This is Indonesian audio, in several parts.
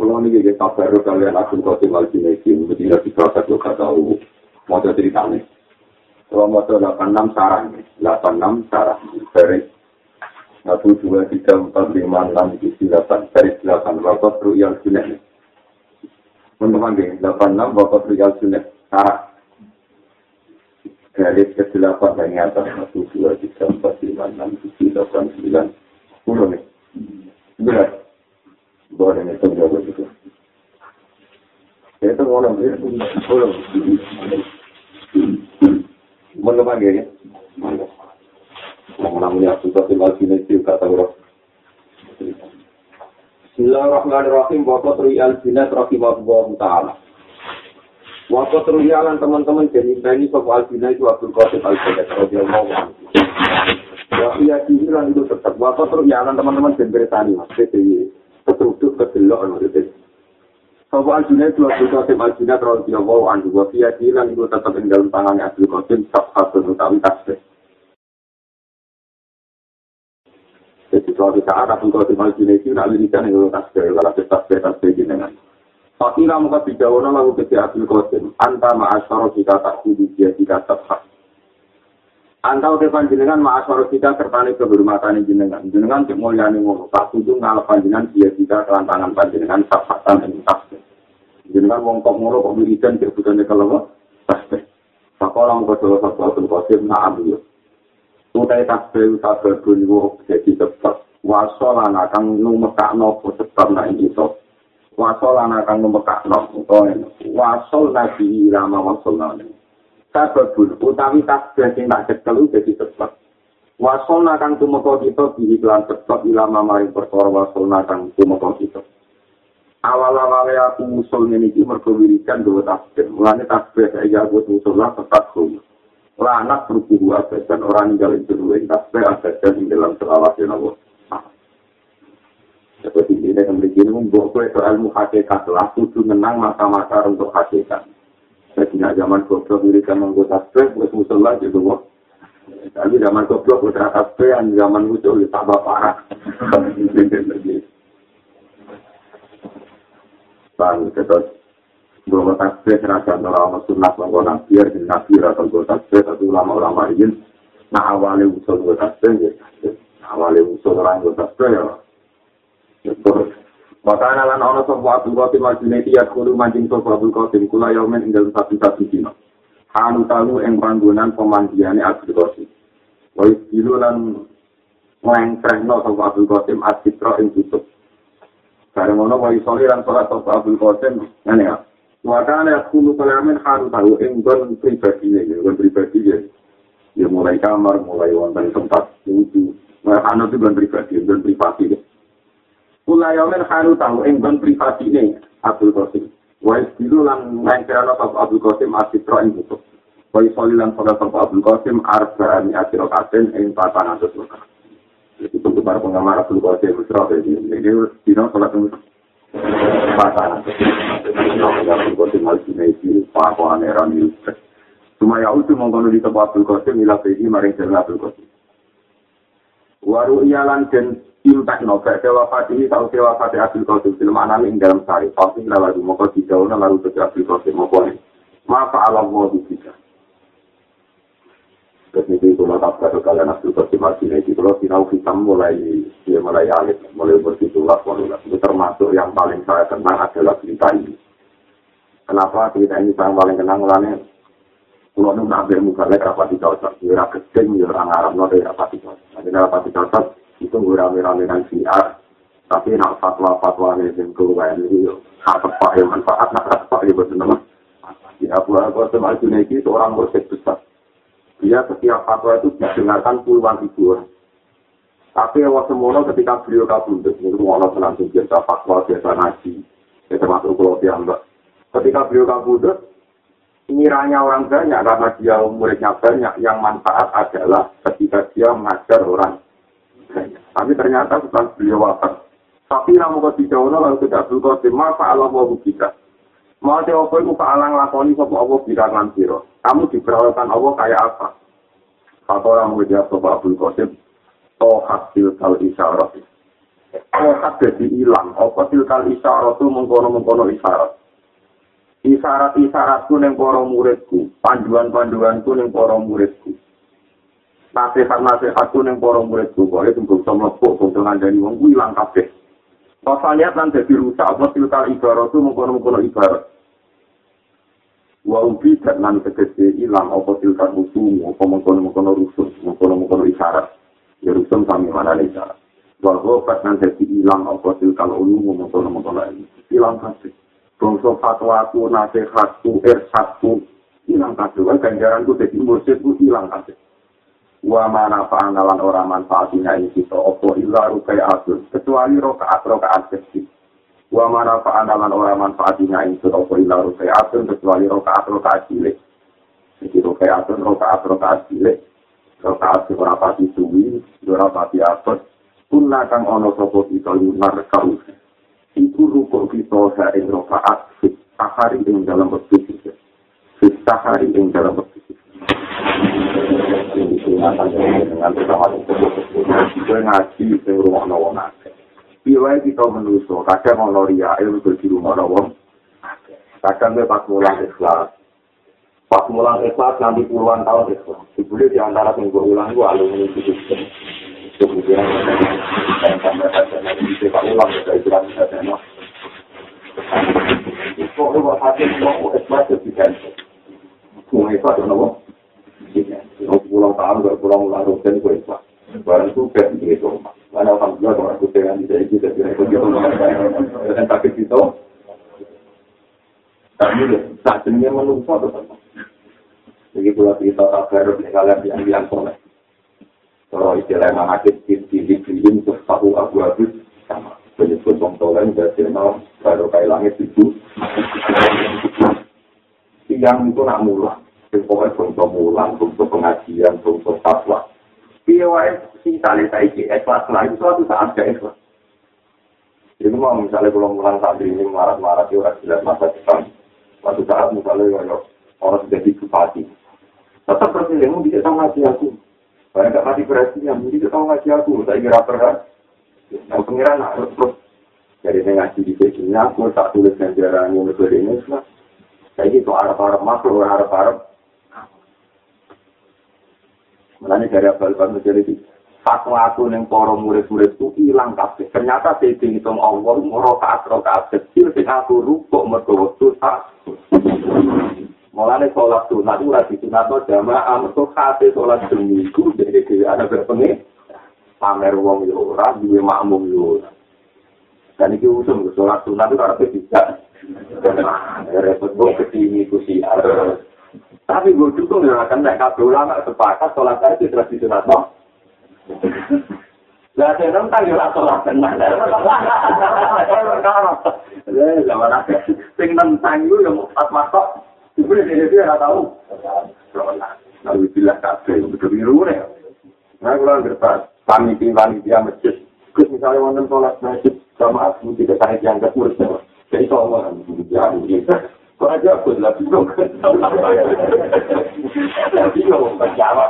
Kalau ini kita sabar kalian Abdul Qasim Al-Junaidi, mesti tidak bisa juga tahu mau ceritanya. Kalau mau 86 sarang, 86 sarang, dari 1, 2, 3, 4, 5, 6, 7, 8, dari 8, Bapak Ruyal Junaidi. Teman-teman, 86 Bapak Ruyal Junaidi, sarang. Dari ke-8 dari atas 1, 2, 3, 4, 5, 6, 7, 8, 9, 10 nih. Benar. Boleh nih, tunggu begitu. Itu orang dia, orang. Mana ya? Mana? Namanya sudah lagi nanti kata orang. Bismillahirrahmanirrahim. Bapak Ruyal Junaid rahimahullah taala. Bapak Ruyalan teman-teman jadi ini soal Junaid itu Abdul Qasim Al-Junaid radhiyallahu anhu. Ya iya dibilang itu tetap Bapak Ruyalan teman-teman jadi bersani mas. Ketutup kedelok maksudnya. Soal Junaid itu Abdul Qasim Al-Junaid radhiyallahu anhu. Wa fiya dilan itu tetap di dalam tangannya Abdul Qasim sabhatun utawi tasbih. Jadi suatu saat Abdul Qasim Al-Junaid itu nak wiridan yang tasbih, kalau tasbih jenengan. Fakira muka bidawana lalu ketika Abdul Qasim anta ma'asyara kita tak kudu dia tidak sabhat. Anta udah panjenengan ma'asyara kita tertarik kehormatan jenengan. Jenengan cek mulyani ngono. Tak kudu ngalap panjenengan dia tidak kelantangan panjenengan sabhatan yang tasbih. Jenengan wongkok ngono kok wiridan cek budane kalau tasbih. Sakola muka doa sabtu Abdul Qasim na'am yo. Utai tasbih sabtu niku jadi sebab wasolana kang numekakno sebab nek iso. Wasolana kang numekakno utawa wasol nabi lama wasolana. Sababul utawi tasbih sing tak cekel dadi sebab. Wasolna kang tumeka kita diiklan sebab ilama maring perkara wasolna kang tumeka kita. Awal-awale aku usul ngene iki mergo wiridan dhewe tasbih. Mulane tasbih saya aku usul lah tetap kuwi. Ora anak berkubu abad dan orang ninggalin dhewe tasbih abad ing dalam selawat ya Allah. Seperti ini yang begini membuat kue ilmu hakikat lah kudu menang mata-mata untuk hakikat. Sejak zaman goblok wiridan menggo tasbih wis musola juga. Tapi zaman goblok udah tasbih yang zaman muncul tambah parah. Bang terus bahwa tasbih serasa ulama sunnah menggunakan biar di nabi atau tasbih atau ulama-ulama ini. Nah awalnya usul tasbih, awalnya usul orang tasbih ya. Makanya lan ana sapa Abdul Qasim Al-Junaidi ya kudu mancing sapa Abdul Qasim kula yaumen ing dalem satu dina. Anu talu ing panggonan pemandiane Abdul Qasim. Wis dilo lan lengkrehno sapa Abdul Qasim asitra ing tutup. Bareng ngono wae soli lan salat sapa Abdul Qasim ngene ya. Makanya kudu kalamen anu talu ing gon pribadine, gon pribadi ya. Ya mulai kamar, mulai wonten tempat wudu. Nah anu itu gon pribadi. Kulayomen haru tahu enggon privasi ini Abdul Qasim. Wais dulu lan lengkerana Bapak Abdul Qasim asitra ing tutup. Wais solilan pada Bapak Abdul Qasim arba'ani asirakaten ing 400 rakaat. Itu untuk para penggemar Abdul Qasim Isra ini dino salat ing 400. Abdul Qasim Al-Junaidi pakoane rani. Cuma ya utuh mongkono di tempat Abdul Qasim ila pedi maring jalan Abdul Qasim. Waru iyalan den impact novel wafat ini tahu wafat Abdul Qasim film anak ing dalam sari pasti lalu mau dijauhna lalu ke Abdul Qasim mau boleh maka alam mau bisa ketika itu mata kalian Abdul Qasim ini kalau sinau kita mulai alit mulai bersitulah itu termasuk yang paling saya kenang adalah cerita ini. Kenapa cerita ini saya paling kenang mulanya kalau nu nabi mukalek rapat dicocok ora gedeng ya orang Arab no rapat dicocok nanti rapat dicocok itu rame-rame dengan siar, tapi nak fatwa-fatwa ini yang keluar ini, hak tepat yang manfaat, nak tepat yang benar. Ya, Abu Qasim Al-Junaidi itu orang bersek besar. Dia setiap fatwa itu didengarkan puluhan ribu orang. Tapi awal semula ketika beliau kabundut, itu Allah langsung biasa fatwa, biasa ngaji, ya termasuk kalau dia enggak. Ketika beliau kabundut, ngiranya orang banyak, karena dia muridnya banyak, yang manfaat adalah ketika dia mengajar orang. Tapi ternyata setelah beliau wafat, tapi namun ketika orang lalu tidak Abdul Qasim, maka Allah mau kita. Mau apa itu kealang lakoni sama Allah bilang lansiro. Kamu diperlakukan Allah kayak apa? Kata orang menjawab sama Abdul Qasim, oh hasil kal isyarat. Kok dadi ilang apa tilkal isyarat tu mengkono-mengkono isyarat. Isyarat-isyaratku ning para muridku, panduan-panduanku ning para muridku. Nasihat-nasihatku ning para muridku, kok itu bisa mlepuk bangsa ngandani wong kuwi ilang kabeh. Rasane lan dadi rusak apa tilkal ibarat tu mengkono-mengkono ibarat. Wa ubi dan tegese ilang apa tilkal rusuh, apa mengkono-mengkono rusuh, mengkono-mengkono isyarat. Ya rusuh sami mana isyarat. Bahwa pas nanti hilang apa tilkal ulum mengkono-mengkono hilang kabeh. Bangsa fatwaku, nasihatku, irsyadku hilang kabeh. Ganjaranku dadi mursyidku hilang kabeh. Wa mana fa'analan ora manfaatinya ing kita apa illa rukai'atun kecuali rakaat kecil. Wa mana fa'analan ora manfaatinya ing kita apa illa rukai'atun kecuali rakaat cilik. Jadi rukai'atun rakaat cilik. Rakaat ora pati suwi, ora pati apes. Kunna kang ana sapa kita lunar kau. Iku rukuk kita ing rakaat sahari ing dalam waktu kita. Sahari ing dalam waktu kita. Dengan bersama gue ngaji di rumah wong akeh. Piye kita menuso, kadang ono riya ilmu di rumah wong. Kadang pas mulang ikhlas. Pas mulang ikhlas nanti puluhan tahun ikhlas. Dibule di antara sing gue ulang gue alumni itu. Kemudian saya tambah saja nanti bisa ulang dari jelas saja no. Itu kalau hati mau ikhlas tidak. Mau ikhlas no. Pulang tahun berpulang ulang rutin gue ikhlas. Barang itu kayak gitu. Mana alhamdulillah kalau aku dengan tidak itu tidak begitu. Dan sakit itu. Tapi tak jenisnya menungso teman. Jadi pula kita tak harus kalian yang soleh. Kalau istilah mengakhir di untuk tahu abu-abu sama penyebut pengtolan dan channel baru kayak langit itu yang itu nak mulang pokoknya untuk mulang untuk pengajian untuk fatwa POS si tali saiki ikhlas lah itu suatu saat gak ikhlas jadi mau misalnya kalau mulang santri ini marah-marah di orang jelas masa depan suatu saat misalnya orang sudah dikupati tetap berpilih bisa sama aku banyak tak mati perhatian, jadi kita tahu ngaji aku, saya kira pernah. Yang pengiran harus terus dari ngaji di sini aku tak tulis ganjaran yang lebih ini lah. Saya gitu harap-harap masuk, harap-harap. Mulanya dari abal-abal menjadi fatwa aku yang para murid-murid itu hilang kabeh. Ternyata saya hitung Allah rokaat kecil dengan aku rukuk mergo tak. Mulane sholat sunat itu rasi sunat itu jamaah itu khasih sholat seminggu jadi ada berpengen pamer wong yora, duwe makmum yora dan itu usung sholat sunat itu karena bisa repot gue kesini kusi tapi gue dukung ya kan naik kabel ulama sepakat sholat itu tradisi sunat no lah saya nonton ya sholat sunat zaman akhir sing nentang itu yang masuk boleh dia nggak tahu. Lalu bilang kafe betul biru nih. Nah kalau kertas panitia masjid, misalnya orang sholat masjid sama aku tidak tahu yang nggak urus jadi orang yang gitu. Kau aja aku lah bingung. Bingung menjawab.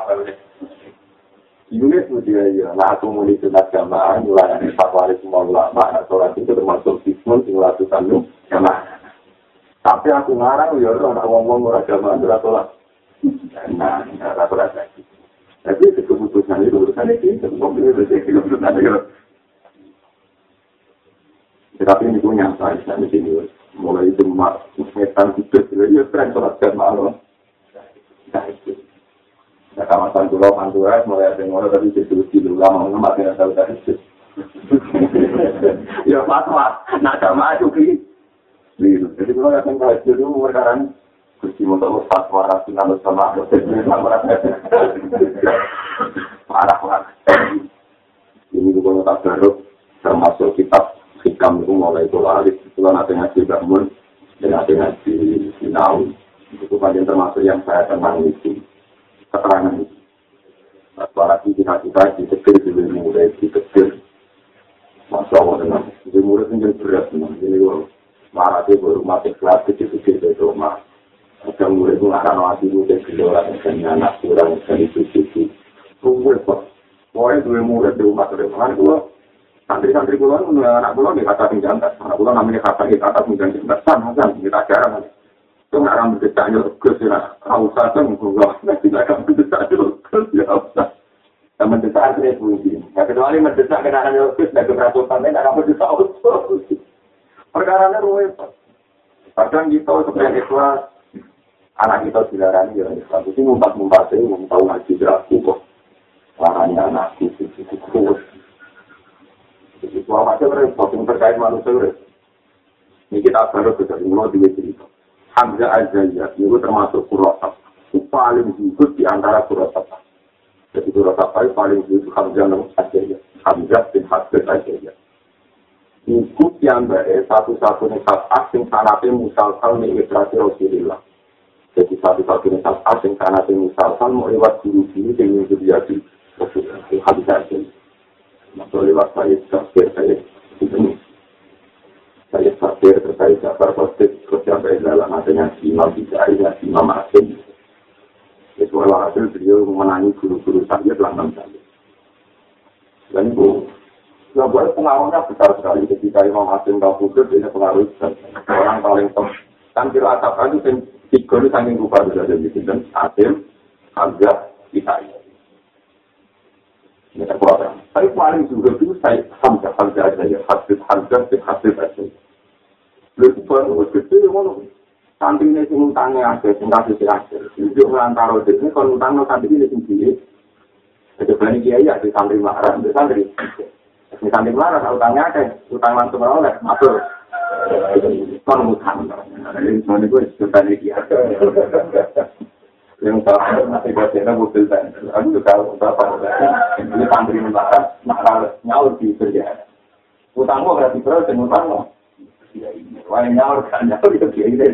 Unit dia ya. Nah aku mulai sunat jamaah, mulai fatwa semua ulama, sholat itu termasuk sismon tinggal satu jamaah. Tapi aku ngarang ya orang ngomong ora jamaah ora salat. Nah, ora salat lagi. Tapi itu keputusan itu mobil itu keputusan itu. Tapi ini punya saya di sini mulai itu metan itu ya tren salat jamaah loh. Nah itu. Nah kawasan Pulau Pantura mulai ada orang tadi diskusi dulu lama mati rasa udah itu. Ya fatwa, nak jamaah juga. Jadi kalau yang saya dulu sekarang kursi motor fatwa rasional sama marah. Ini juga tak baru termasuk kitab hikam itu mulai polaris itu kan ada ngaji bangun dan ada ngaji sinau itu bagian termasuk yang saya tenang itu keterangan itu. Para kita ditegur dulu mulai ditegur masya Allah dengan jadi murid yang berat memang ini marah dia baru mati kelas kecil-kecil dari rumah. Ada murid mengarang hati murid gelora dan anak kurang dari cucu. Murid kok, mulai dua murid di rumah terdepan itu Santri-santri kula anak kula nggih kata sing jantan. Anak kula namanya kata kata sing jantan. San kita ajaran. Itu nggak akan berdesak Gus ya. Usah tuh enggak. Tidak akan berdesak Gus ya usah. Dan mendesak itu fungsi. Ya kecuali mendesak kenangan Gus dan keberaturan lain akan berdesak Gus. Perkaranya rumit. Kadang kita sebenarnya ikhlas. Anak kita dilarang ya Islam. Itu mumpat-mumpat itu mau tahu ngaji beraku kok. Larangnya anakku itu terus. Itu apa aja repot yang terkait manusia. Ini kita baru dari mulai dua cerita. Hamzah Al-Zayyad itu termasuk Qur'an. Itu paling zuhud di antara Qur'an. Jadi Qur'an itu paling zuhud Hamzah Al-Zayyad. Hamzah bin Hasbet Al-Zayyad. Itu yang dari satu-satunya saat asing sanatnya musalsal mengikrati Rasulullah. Jadi satu-satunya saat asing sanatnya musalsal mau lewat guru-guru yang menjadi Rasulullah. Itu Hamzah Al-Zayyad. Masuk lewat saya Fakir terkait Jafar Khotib terus sampai dalam adanya Imam Bidai dan Imam Asim. Itu hasil beliau memenangi guru-guru saya dalam saya. Dan itu buat pengaruhnya besar sekali ketika Imam Asim Khotib dia pengaruh besar. Orang paling top. Kan kira atap itu tiga itu saking rupa bisa jadi dan Asim, Hamzah, Bidai. Ini terkuat. Tapi paling juga itu saya Hamzah aja ya, Hamzah aja. Lalu baru gede ngono. Sampingnya sing utangnya ada, sing kasih hasil. Jadi ngelantaro ini kalau utang no samping ini sendiri. Jadi berani kiai ada santri marah, ada santri. Santri marah, utangnya ada, utang langsung oleh, matur. Kalau utang, ini semuanya gue berani kiai. Yang tahu masih baca mobil dan aku juga berapa ini santri marah nyaur di kerja. Utangmu berarti terus dan utangmu. Wah nyaur kan nyaur itu kiai deh.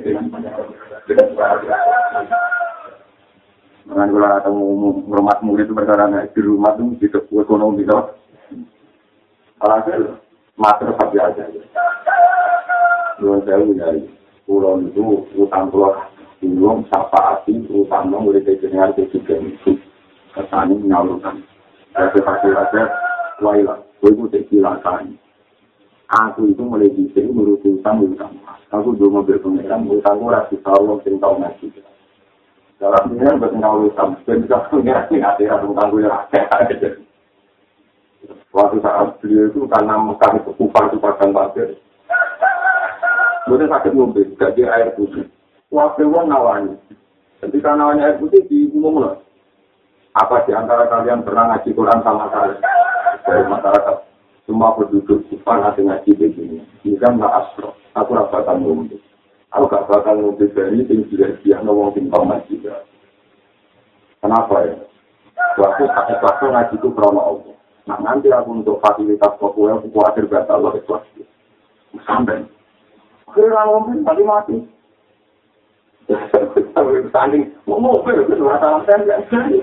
Dengan kalau ada rumah murid itu perkara di rumah itu di ekonomi itu. Alhasil mater saja aja. Dua tahun dari pulau itu utang pulau belum sapa api utama murid dengan kejujuran itu kesannya menyalurkan. Saya seperti aja, wailah, gue itu silakan. Aku itu mulai bisa menurut utang. Aku dulu mobil pengeran, utangku rasa tahu yang tahu nasi. Dalam ini kan berkenal utang, dan bisa pengeran yang ada utangku yang ada. Waktu saat beliau itu karena mekar kupar-kuparkan pasir, kemudian sakit mobil, gak dia air putih. Waktu itu nawanya, ketika nawanya air putih diumum loh. Apa di antara kalian pernah ngaji Quran sama saya? Dari masyarakat. Semua penduduk Jepang ada ngaji begini. Jika nggak asro, aku nggak bakal ngomong. Aku nggak bakal ngomong dari yang dia ngomong tentang ngaji. Kenapa ya? Waktu ngaji itu krono Allah. Nah nanti aku untuk fasilitas populer, aku khawatir batal Allah ikhlas. Sampai. Kira ngomong tadi mati. Tanding ngomong itu masalah saya.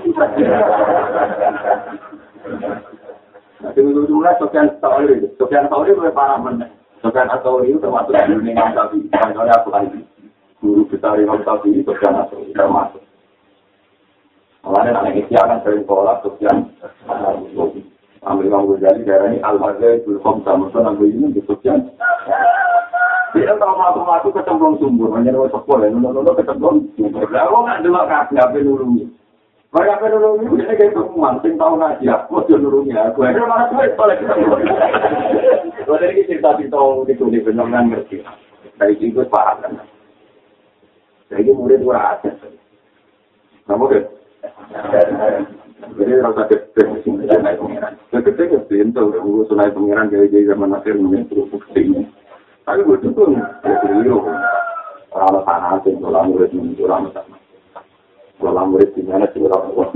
Nah, dulu-dulu Sofyan Sauri boleh parah mana? Sofyan Sauri itu termasuk guru Imam Syafi'i. Contohnya aku lagi guru besar Imam Syafi'i Sofyan Sauri termasuk. Awalnya anak Isya kan sering sekolah Sofyan Sauri. Ambil Imam Ghazali daerah ini Al-Hazai Bulkhom sama Ambil ini di Sofyan. Dia kalau matu-matu kecemplung sumber, hanya sekolah, nol kecemplung sumber. Aku nggak dulu nggak nulungi. Mereka nulungi, udah kayak teman, sing tahu ngaji, aku udah nulungi aku. Akhirnya malah gue balik. Gue dari cerita itu benar-benar ngerti. Dari itu paham kan. Jadi murid gue ada. Kamu deh. Jadi rasa kecil sini naik pengiran. Kecil pintu, gue naik pengiran gaya-gaya zaman akhir menyentuh bukti. Tapi gue tuh keliru. Kalau tanah sih, kalau murid kalau murid di mana sih orang tua.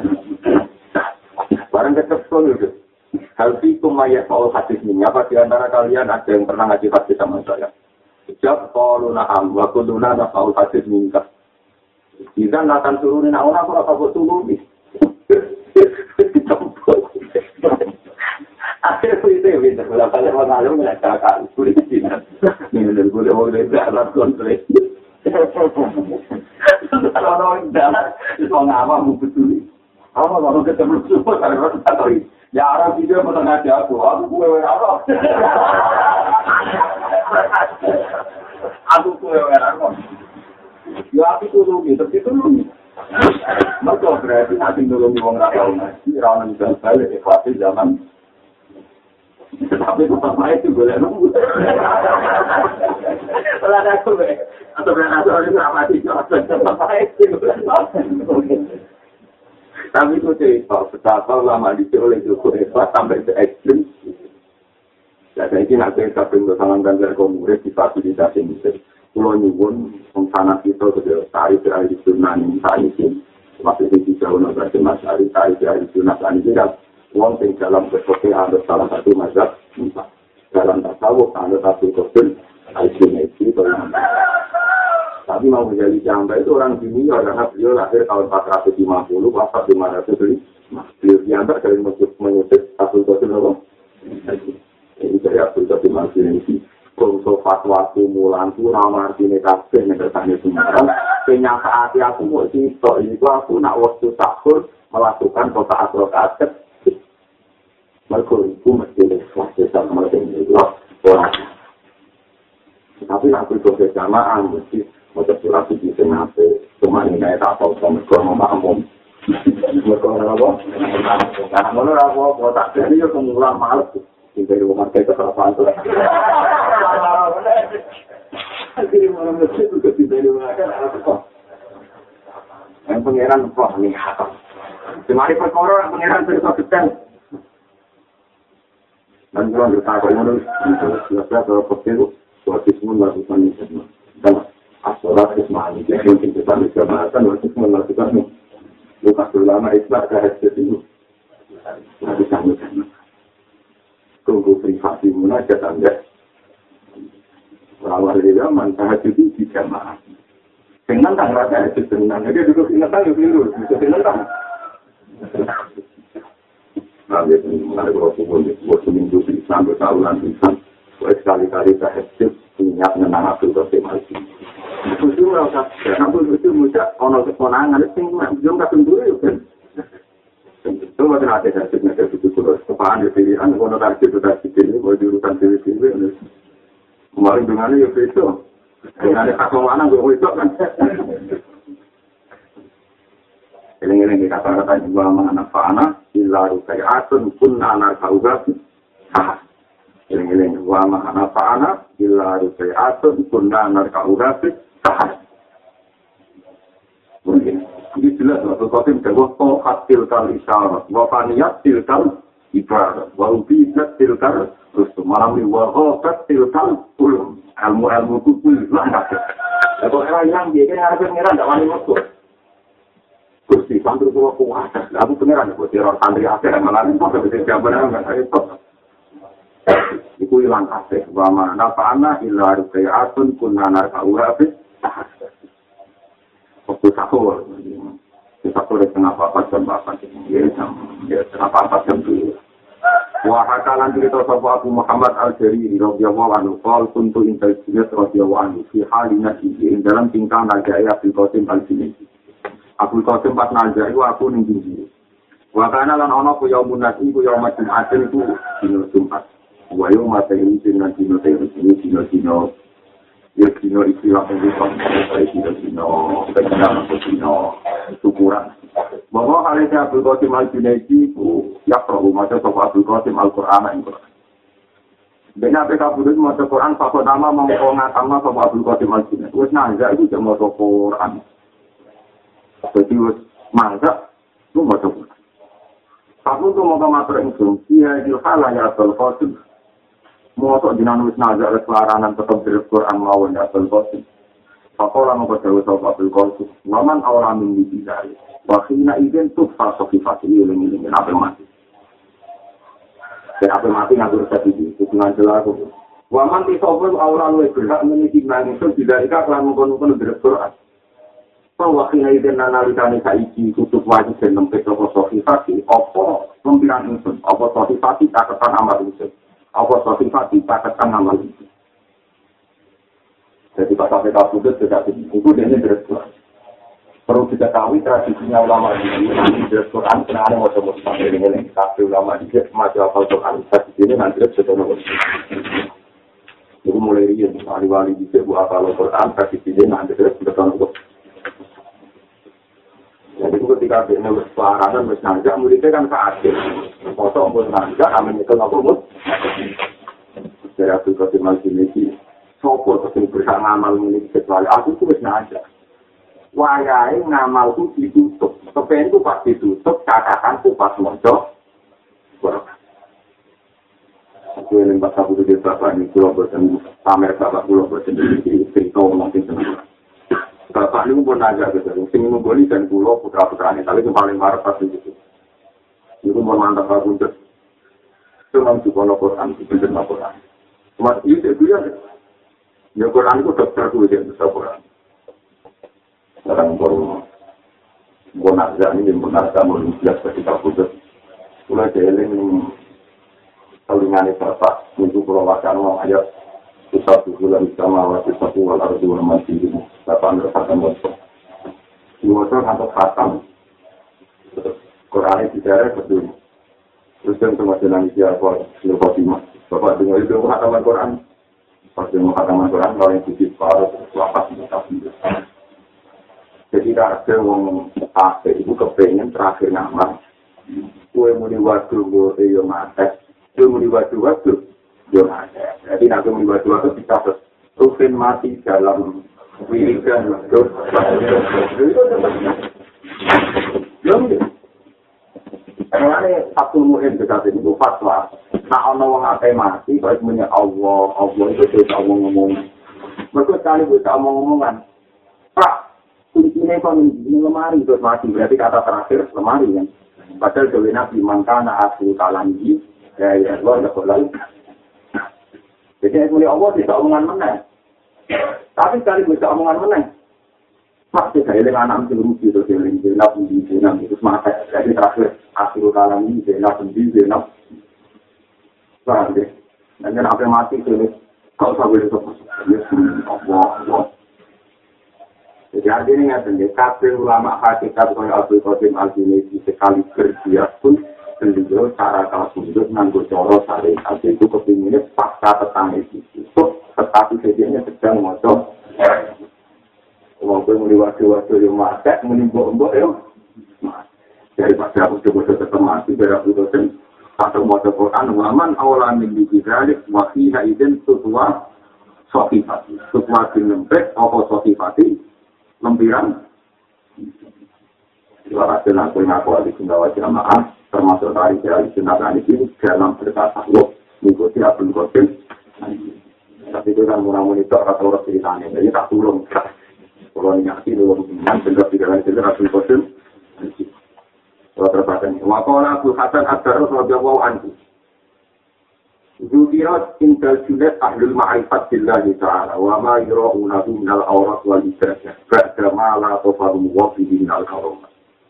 Barang ketepun itu. Hal itu mayat kalau hadis ini. Apa di antara kalian ada yang pernah ngaji hadis sama saya? Sejak kalau naham, waktu dulu naham kalau hadis minta. Jika akan turunin orang aku buat turunin. Akhirnya itu ya bisa. Kalau kalian mau ngalir mengatakan kulit Cina. Ini boleh boleh dalam konteks. Kalau orang dalam itu ngapa mau betul. Kalau ketemu semua kalau tahu Ya orang video menengah aku gue apa? Aku gue apa? Ya aku tuh tapi itu lu. Mereka berarti nanti dulu ngomong rakyat ngaji, rawan dan balik evakuasi zaman. Tapi tetap baik itu boleh nunggu. Kalau ada aku atau berarti orang itu apa sih? Tetap baik itu. Tapi itu cerita betapa lama oleh Joko Eva sampai ke ekstrim. Ya saya ini nanti kabin bersama dengan komunis di fasilitasi musik. Pulau nyuwun sana kita sudah tarik dari Sunan saat ini. Masih di jauh nanti Mas Ari tarik dari Sunan saat ini kan. Uang yang dalam berkopi ada salah satu mazhab dalam tasawuf ada satu kopi al-Junaidi. Tapi mau menjadi jamba itu orang dunia karena beliau lahir tahun 450, wafat 500 beliau diantar dari menyusut Abdul Qasim apa? Ini dari Abdul Qasim al-Junaidi. Kalau fatwa mulan tu nama artinya kabeh negaranya semua. Kenyataan aku mau cerita ini aku nak waktu tahun melakukan kota asrokat. Mereka itu mesti lepas sama dengan itu orang. Tapi aku juga jamaah mesti macam surat di tengah cuma ini tak tahu sama kalau mau mereka apa? Karena menurut aku tak serius mengulang malas. Dari rumah saya ke Sarapan itu. Akhirnya malam itu juga tidak dimakan apa. Yang pengiran kok lihat. Semari perkara pengiran terus detail. Dan kalau berkata menurut jelas kalau petir waktu semua melakukan itu. Dan asolat ismani yang kita bisa bahkan waktu semua melakukan bukan ulama islah ke itu. Nanti sama-sama. Tunggu privasi munajat Anda. Awal dia manfaat itu di jamaah. Dengan tanggal rasa itu senang. Dia duduk ingat tanggal dulu. Bisa senang. Nah, dia mengenai Rasulullah. Waktu minggu sampai tahunan Islam. Sekali-kali saya punya menang Abdul Qasim al-Jilani. Itu merasa. Abdul Qasim muda. Ono keponangan. Itu belum kasih dulu kan. Itu macam ada hasilnya dari itu terus. Kepaan di pilihan, kalau target sudah ini, kalau diurusan pilih-pilih, kemarin dengannya ya itu. Dengannya kakak mana, gue itu kan. Ini kata-kata juga mengenai fa'ana, illa rukai atun kunna narkaugat. Ini wa mengenai fa'ana, illa rukai atun kunna narkaugat. Mungkin. Ini jelas, Rasul Qasim jawab, tohat tilkal isyarat, wafaniyat tilkal ibarat, wahubidat tilkal rusum, malami wahobat tilkal ulum, ilmu-ilmu itu langkah. Kalau era yang dia kan harus pengeran, tidak wani waktu. Gusti, santri itu kuat, aku pengeran, aku teror santri akhir, malah ini kok bisa jawabannya, enggak itu. Itu hilang kasih, wa ma'ana fa'ana illa rukai'atun kunnanar ka'urabis, waktu sahur, sahur setengah 4 jam 8 ya setengah 4 jam dulu. Wahakalan cerita sahabat Abu Muhammad Al-Jariri radhiyallahu anhu qol kuntu inda Junaid radhiyallahu anhu fi halina di dalam tingkah najai Abdul Qasim Al-Junaidi. Abdul Qasim pas najai aku ning ndi. Wa kana lan ana ku yaumun nasi ku yaum Jumat itu dino Jumat. Wa yaum materi dino dino ya kino istilah pembukaan saya tidak kino syukuran. Bahwa halnya Abdul Qasim al-Junaidi itu ya perlu macam Abdul Qasim Al-Quran itu. Dengan PK Budut macam Quran satu nama mengatamkan sama Abdul Qasim al-Junaidi. Wes nazar itu cuma Quran. Jadi wes mazhab itu macam Quran. Aku tu mau matur ingsun, dia ilhalah ya Abdul Qasim. Motor jenang wis nazar kelaranan tetap dari Quran mawon ya Abdul Qasim. Pakola mau berjauh sama Abdul Qasim. Waman awal min dibidari. Wakina izin tuh falsafat ini yang apa mati. Dan apa mati ngatur tadi itu dengan jelas. Waman tisawul awal lu berhak memiliki manusia tidak iklan mengkonon dari Quran. Wakina izin analikani saiki kutub wajib dan nempel sofisat. Apa pembilang insun? Apa sofisat catatan amal insun? Apa sifat dipaketkan amal itu. Jadi pas sampai kabudut sudah itu dia ini terus. Perlu diketahui tradisinya ulama di sini nanti dari Quran karena ada macam-macam ini tapi ulama di sini macam apa Quran tradisi ini nanti sudah nomor. Jadi mulai dia wali-wali di sini buat kalau Quran tradisi ini nanti sudah nomor. Jadi ketika dia nulis pelajaran bersengaja muridnya kan keadil. Foto pun sengaja kami itu nomor. Dari Abdul Qadir Al-Jilani, sopo terus bersama amal milik kecuali aku itu bersengaja. Wayai ngamal itu ditutup, kepen itu pas ditutup, catatan itu pas mojo. Aku yang pas aku di bapak ini pulau bertemu, pamer bapak pulau bertemu di cerita mungkin senang. Bapak ini pun aja gitu, sing menggoli dan pulau putra putranya, tapi yang paling marah pas itu. Itu pun mantap aku untuk cuma di kono Quran, di bener Quran. Cuma itu ya, ya Quran itu dokter tuh dia bisa Quran. Sekarang baru bonazah ini bonazah mau jelas ketika putus. Mulai jeeling salingan bapak untuk perwakilan mau ayat satu bulan sama waktu satu walar dua masih ini bapak berkhatam bosok. Dua tahun atau khatam Quran itu tidak betul. Terus yang semacam nanti apa lepas lima bapak dengar itu khataman Quran. Pas dengar khataman Quran kalau yang sedikit baru lapas itu. Ketika ada orang akhir itu kepengen terakhir nama, kue mau diwadu gue yang mati, kue mau diwadu yang mati. Jadi nanti mau diwadu bisa terus mati dalam wiridan terus. Karena satu murid dekat itu fatwa. Nah orang orang akan mati, kalau punya Allah itu bisa ngomong. Mereka sekali bisa ngomong-ngomongan. Pak. Kuncinya kan ini lemari terus mati, berarti kata terakhir lemari kan. Padahal Dewi Nabi mangkana asli kalangi, ya Allah ya Allah. Jadi mulai Allah tidak omongan menang. Tapi sekali bisa omongan menang. Pasti saya dengan anak rugi terus yang Nabi terus mati. Jadi terakhir asli kalangi, Nabi. Paham deh. Dan apa mati terus kau sampai itu Allah. Jadi artinya sendiri, kabel ulama hakikat kaya Abdul Qadir Al-Jilani sekali kerja pun beliau cara kalsundut nganggo cara syariat itu kepinginnya pasca tetangga itu. Tetapi sedianya sedang moco. Walaupun mulai wadah-wadah yang mati, menimbuk-embuk ya. Daripada aku coba tetap mati, biar aku dosen. Satu moco Quran, waman awalan yang dibidalik, wafiha izin sesuatu sofifati. Sesuatu lembek, apa sofifati. Lempiran Hasil aku ngaku ahli sunnah wal jamaah termasuk dari ahli sunnah ini dalam bertasawuf mengikuti Abdul Qadir. Tapi itu kan murah-murah atau orang ceritanya, jadi tak turun. Kalau nyati dulu dengan benar di dalam cerita Abdul Qadir. Kalau terbatas, wakola Abu Hasan Ad-Darus radhiyallahu anhu. Zukirat indal julet ahlul ma'rifat billahi ta'ala wa ma yura'unahu minal awrat wal ibadah ba'da ma la tofarum wafihi minal karomat.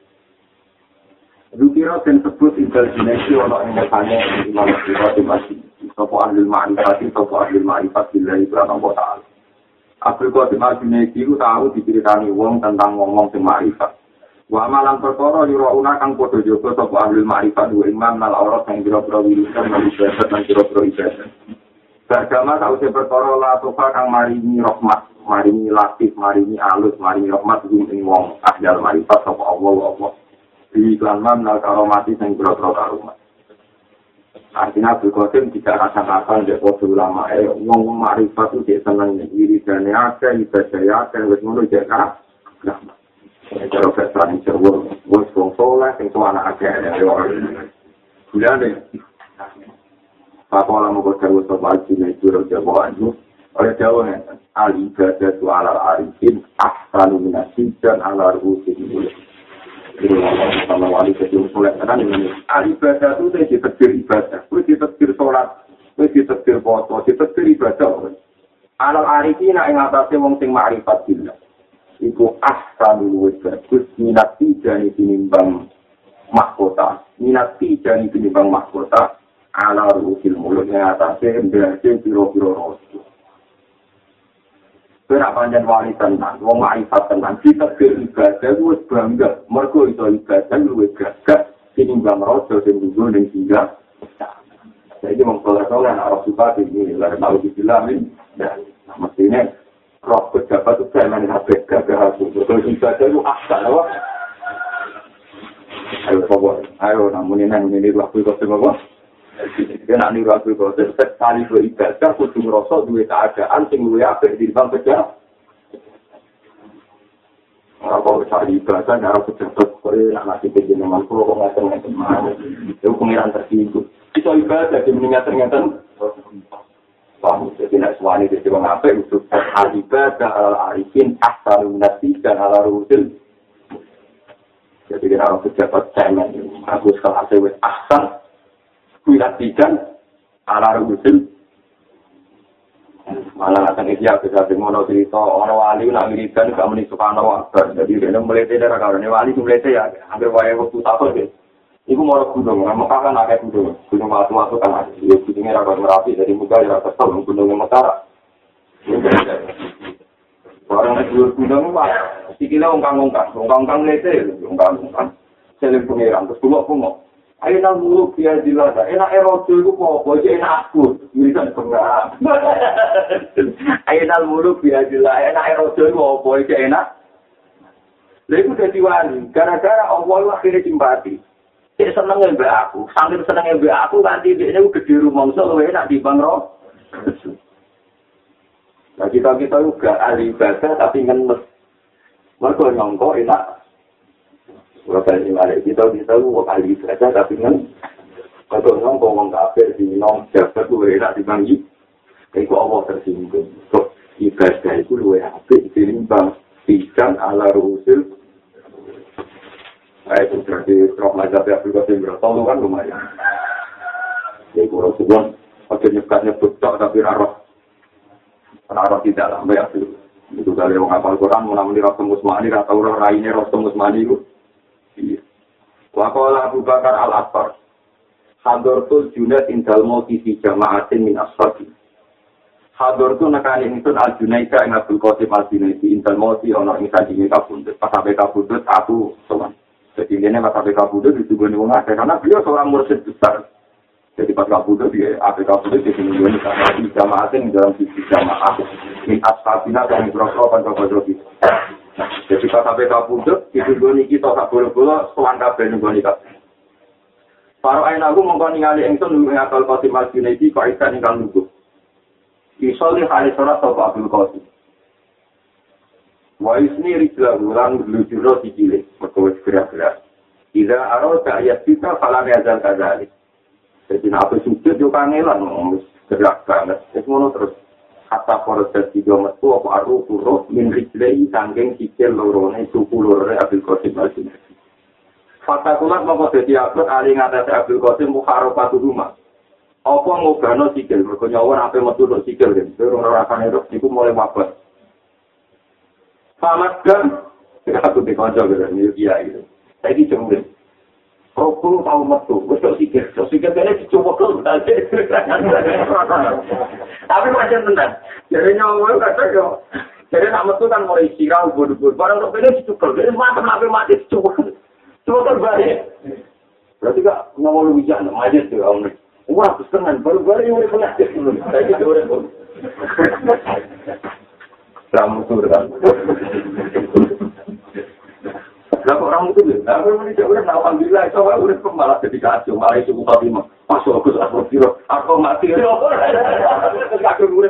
Zukirat dan sebut indal julet ono yang bertanya imam Al-Fatih masih sopo ahlul ma'rifat billahi ta'ala. Abdul Qadir Al-Jilani itu tahu diceritani wong tentang ngomong sing ma'rifat. Wa malang perkara yurauna kang padha jaga sapa ahli ma'rifat wa imam nal aurat sing biro-biro wiridan lan ibadat lan biro-biro ibadat. Beragama sause perkara la tofa kang maringi rahmat, maringi latif, maringi alus, maringi rahmat ing wong ahli ma'rifat sapa Allah. Di iklan nal karomati sing biro-biro karomat. Artinya Abdul Qadir tidak rasa-rasa ndek podo ulama wong ma'rifat itu seneng wiridane akeh, ibadah akeh, wis ngono jek kan. Kalau veteran Jawa, bos soleh, yang tua anak agak ada orang. Sudah deh. Pak Pola mau berjauh soal Cina itu Jawa itu oleh Jawa al-ibadah itu ala arifin ahsanu minasib dan ala rusin itu. Jadi sama wali kecil soleh kan ini al-ibadah itu ditetir ibadah, itu ditetir sholat, itu ditetir foto, ditetir ibadah. Ala arifin yang atasnya wong sing ma'rifat billah. Iku ahsanul bagus minati jani tinimbang mahkota ala ruhil mulut yang atasnya berhasil biro-biro rosu Kira panjang wali tenan, wong ma'rifat tenan, kita ibadah wis bangga, mergo iso ibadah luwih gagah tinimbang raja sing dulu ning singgah. Jadi mengkolektor yang harus suka ini, lalu kalau dibilangin, dan mestinya roh pejabat itu saya main HP gagah aku, betul ibadah itu asal, loh. Ayo, pokok, ayo, namun ini waktu itu semua. Dia nak niru aku itu, sekali beribadah, kudu ngerosok, duit keadaan, sing luwe apik di bang pejabat. Kalau cari ibadah, harus pejabat, kalau nak ngasih kejenengan, kalau kok ngasih mana, itu pengiran tersinggung. Itu ibadah, dia ternyata paham, jadi nak suami jadi orang apa itu al-ibadah al-arifin asal nasi dan ala-rusil. Jadi kita harus pejabat cemen, aku sekolah sewet asal kuilatikan ala-rusil. Malah akan dia bisa dengono cerita orang wali nak wiridan gak meni subhanallah akbar. Jadi dia melete darah kawane wali melete ya hampir wae waktu tahun deh. Iku mau gunung, Mekah kan agak gunung batu-batu kan ada. Ya gunungnya rapat Merapi, dari muka ya rapat tahun gunungnya Mekah. Orang naik gunung mah, sikile ongkang lete, ongkang. Selim pengiran, terus bungok. Ayo nang muluk dia dilada, enak erojo itu kok, enak aku, wiridan pengarang. Ayo nang muluk dia dilada, enak erojo itu kok, enak. Lalu jadi wali, gara-gara Allah akhirnya simpati. Dia seneng mbak aku, sambil seneng mbak aku nanti dia ini gede rumah so enak di bang roh. Nah kita juga ahli ibadah tapi ngenes. Mereka nyongko enak. Waktu ini ada kita ahli ibadah tapi ngenes. Mereka nyongko ngomong kafir di nom jabat gue enak di banggi. Itu Allah tersinggung. So ibadah itu luwe apik dinimbang pijan ala rusul. Itu berarti roh mazhab Abdul Qasim bertolu kan lumayan. Jadi kalau sebuah oke nyebut tok tapi roh tidak lah mbak itu kali orang hafal Quran mau namanya roh temusmani atau roh raine roh temusmani itu. Waqala Abu Bakar al-Asfar hadortul junat indal mauti fi jama'atin min ashabi. Hadortul nekani ingsun al-Junaida ing Abdul Qasim al-Junaidi indal mauti ana ing sajine kabundut. Pas sampai kabundut aku sowan. Jadi ini pas APK Buddha disebut orang ada karena beliau seorang mursyid besar. Jadi pas Buddha di APK Buddha disebut karena di jamaatin dalam sisi jamaah min ashabina dan berapa kan jadi pas APK Buddha disebut kita tak boleh-boleh sowan kabeh nunggu nikah. Para ain aku mongko ningali ingsun ngakal Qasim al-Junaidi kaitan ingkang nunggu. Isoli hari salat sapa Abdul Qasim. Wa isni rijla ulang lujuro sikile merkowes gerak-gerak. Ida arota ayat kita falam yazal kadzalik. Jadi apa sujud yo kangelan gerak banget. Wis ngono terus kata proses tiga metu apa aru turu min rijlai sangking sikil lorone suku lorone Abdul Qasim al-Junaidi. Fatakulat mongko dadi abot ali ngatasi Abdul Qasim mukharafatu rumah. Apa ngobano sikil mergo nyawa ape metu tok sikil kan. Ora rasane tok iku mulai wabah. Selamat kan? Aku dikonco gitu, dia gitu. Saya dicemur. Rokul tahu metu, besok sikir kayaknya dicoba ke tapi macam tenang. Jadi nyawa kata yo. Jadi nak metu kan mulai sirau buru-buru. Barang rokul ini dicoba, jadi mati dicoba. Coba terbalik. Berarti kak nyawa lu bijak, majid tuh om. Wah, kesenangan baru-baru yang udah penyakit dulu. Saya gitu udah. Ramutur kan. Berapa orang itu deh? Aku ini udah alhamdulillah itu udah malah jadi kacau, malah itu buka lima. Masuk aku kira aku mati. Aku udah.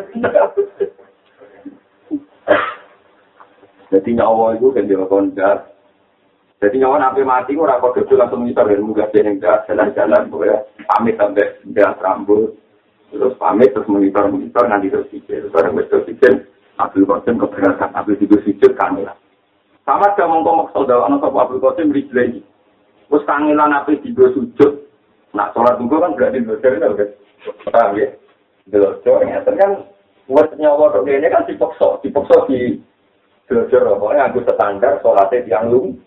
Jadi nyawa itu kan dia kondak. Jadi nyawa sampai mati orang kau duduk langsung misal dan muka jeneng jalan-jalan boleh pamit sampai dia rambut. Terus pamit terus monitor nanti terus pikir. Barang terus pikir. Abdul Qasim keberatan, Abdul Qasim sujud kangelan. Sama dia ngomong saudara anak Abdul Qasim rijlai. Terus kangelan apa tiga sujud. Nak sholat juga kan berarti belajar itu kan. Paham ya? Belajar kan buat nyawa ini kan dipaksa di belajar pokoknya aku standar sholatnya tiang lung.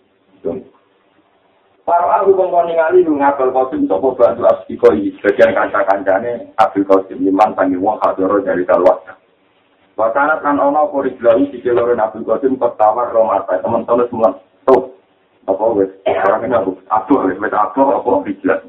Para aku ningali lu ngapal Qasim sapa bantu asdikoi. Bagian kanca-kancane Abdul Qasim liman panggil wong hadoro dari kalwat. Wakanat kan ono koridlawi di keloro Abdul Qasim pertawar romata teman-teman semua tuh apa wes orang ini aku wes apa rijlah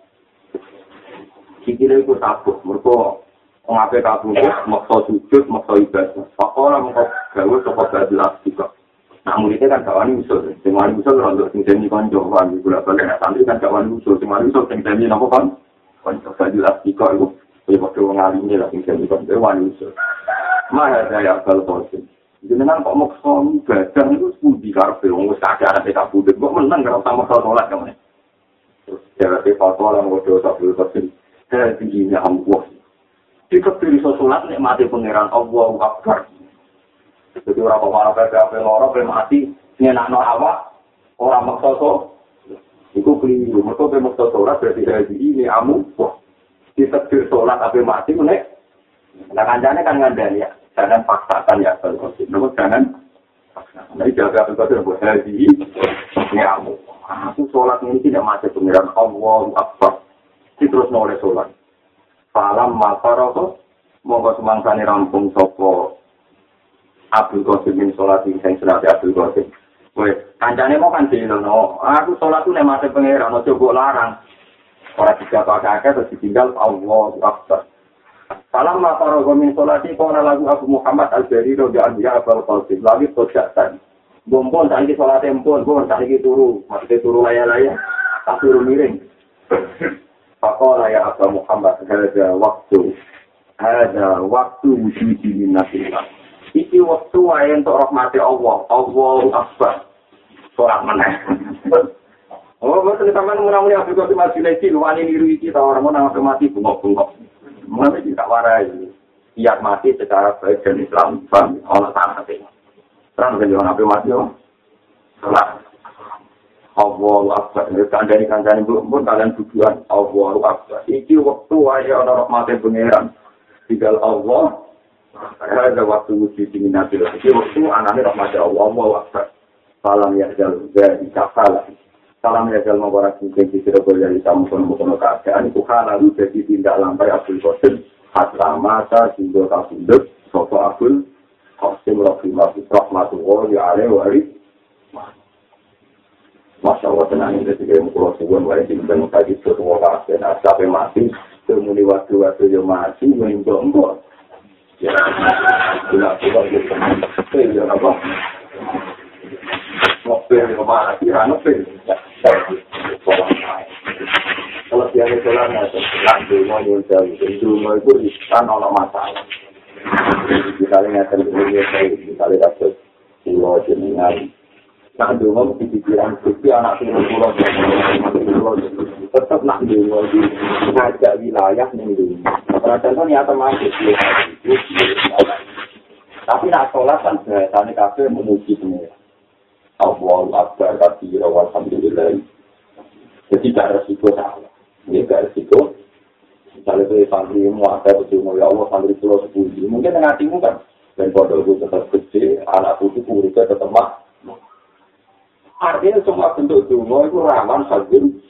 sikile iku tabuh mergo ngape kabeh maksa sujud maksa ibadah pakola mengko gawe sapa jelas juga nah muridnya kan gak wani usul sing wani usul untuk sing dene kanca wani kula balik santri kan gak wani usul sing wani usul sing dene napa kan kanca jelas juga iku ya padha ngalimi lah sing dene kanca wani usul Mahal saya kalau posisi. Jenengan kok maksa ibadah itu pundi karepe wong wis akeh arep tak budhet kok meneng karo sama salat kemene. Terus jare fatwa lan wodo sabul posisi. Saya tingginya Allah. Jika pilih salat nek mati pangeran Allahu Akbar. Jadi ora apa-apa kabeh loro pe mati nyenakno awak ora maksa to. Iku keliru. Mergo pe maksa salat berarti saya ini amu. Kita pilih salat ape mati nek nah kancane kan ngandani ya. Jangan paksakan ya kalau jangan paksakan. Nah, jaga apa buat haji ya aku sholat ini tidak mati pengiran Allahu Akbar. Terus oleh sholat. Falam mafaroh monggo semangsane rampung sapa Abdul Qasim min sholat sing sunat Abdul Qasim. Wes kancane mau kan dilono. Aku sholat ku nek mati pengiran aja mbok larang. Ora dijaga terus ditinggal Allahu Akbar. Salam mafaro gomin solati kona lagu Abu Muhammad Al-Bari radhiyallahu anhu Abul Qasim lagi tojatan. Bompon saiki salate empun, bon saiki turu, maksudnya turu laya-laya, tak turu miring. Faqala ya Abu Muhammad hadza waktu wujudi minnatillah. Iki waktu wae entuk rahmati Allah. Allahu Akbar. Salat meneh. Oh, betul teman menang-menang Abdul Qasim Al-Jilani wani niru iki ta orang nang mati bungok-bungok. Mulai tidak warai, siap mati secara baik dan Islam, Allah Taala hati. Terang dari orang api mati, salat. Allahu Akbar. Kandani belum pun kalian tujuan Allahu Akbar. Iki waktu wajah orang rahmatnya pangeran. Tinggal Allah. Ada waktu wujud diminatil. Iki waktu anaknya rahmatnya Allah. Allahu Akbar. Salam ya jal dari kafalah. Salam ya jalma barak mungkin dikira dari tamu kono keadaan itu lalu jadi tindak lampai Abdul Qasim Aslamata Sindo Kasundut Sopo Abdul Qasim Rahmatullahi alaihi warid Masya Allah tenang ini ketika mukul subuhan wajib dimana tadi sesuatu wakil sampai mati semuli waktu-waktu yang masih menjongkol ya gula-gula gitu ya apa mobil kemana kira mobil kalau dia jalan lanjut mau jauh itu kan ada masalah misalnya misalnya dapat pulau jenengan nak dulu di pikiran tapi anak pulau tetap nak dulu di ngajak wilayah nih contoh ni atau masuk tapi nak sholat kan tadi kafe memuji semua Allahu Akbar kabira walhamdulillah. Jadi tak resiko salah. Ini tak resiko. Misalnya itu santri ada berjumlah ya Allah santri pulau 10. Mungkin dengan hatimu kan. Dan bodoh itu tetap kecil. Anak putih muridnya tetap mak. Artinya semua bentuk dungo itu rawan sajin.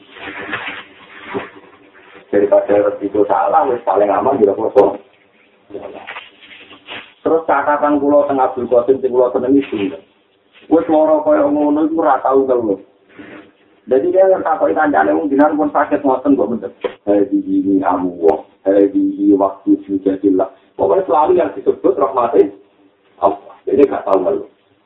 Daripada resiko salah, paling aman juga kosong. Terus catatan pulau tengah Abdul Qasim pulau tenang itu. Wes loro kaya ngono iku ora tau kalau. Jadi dia takoi kancane wong dinan pun sakit ngoten kok bener. Ini Allah. Ini waktu sujudillah. Pokoknya selalu yang disebut rahmatin Allah. Jadi gak tahu malu.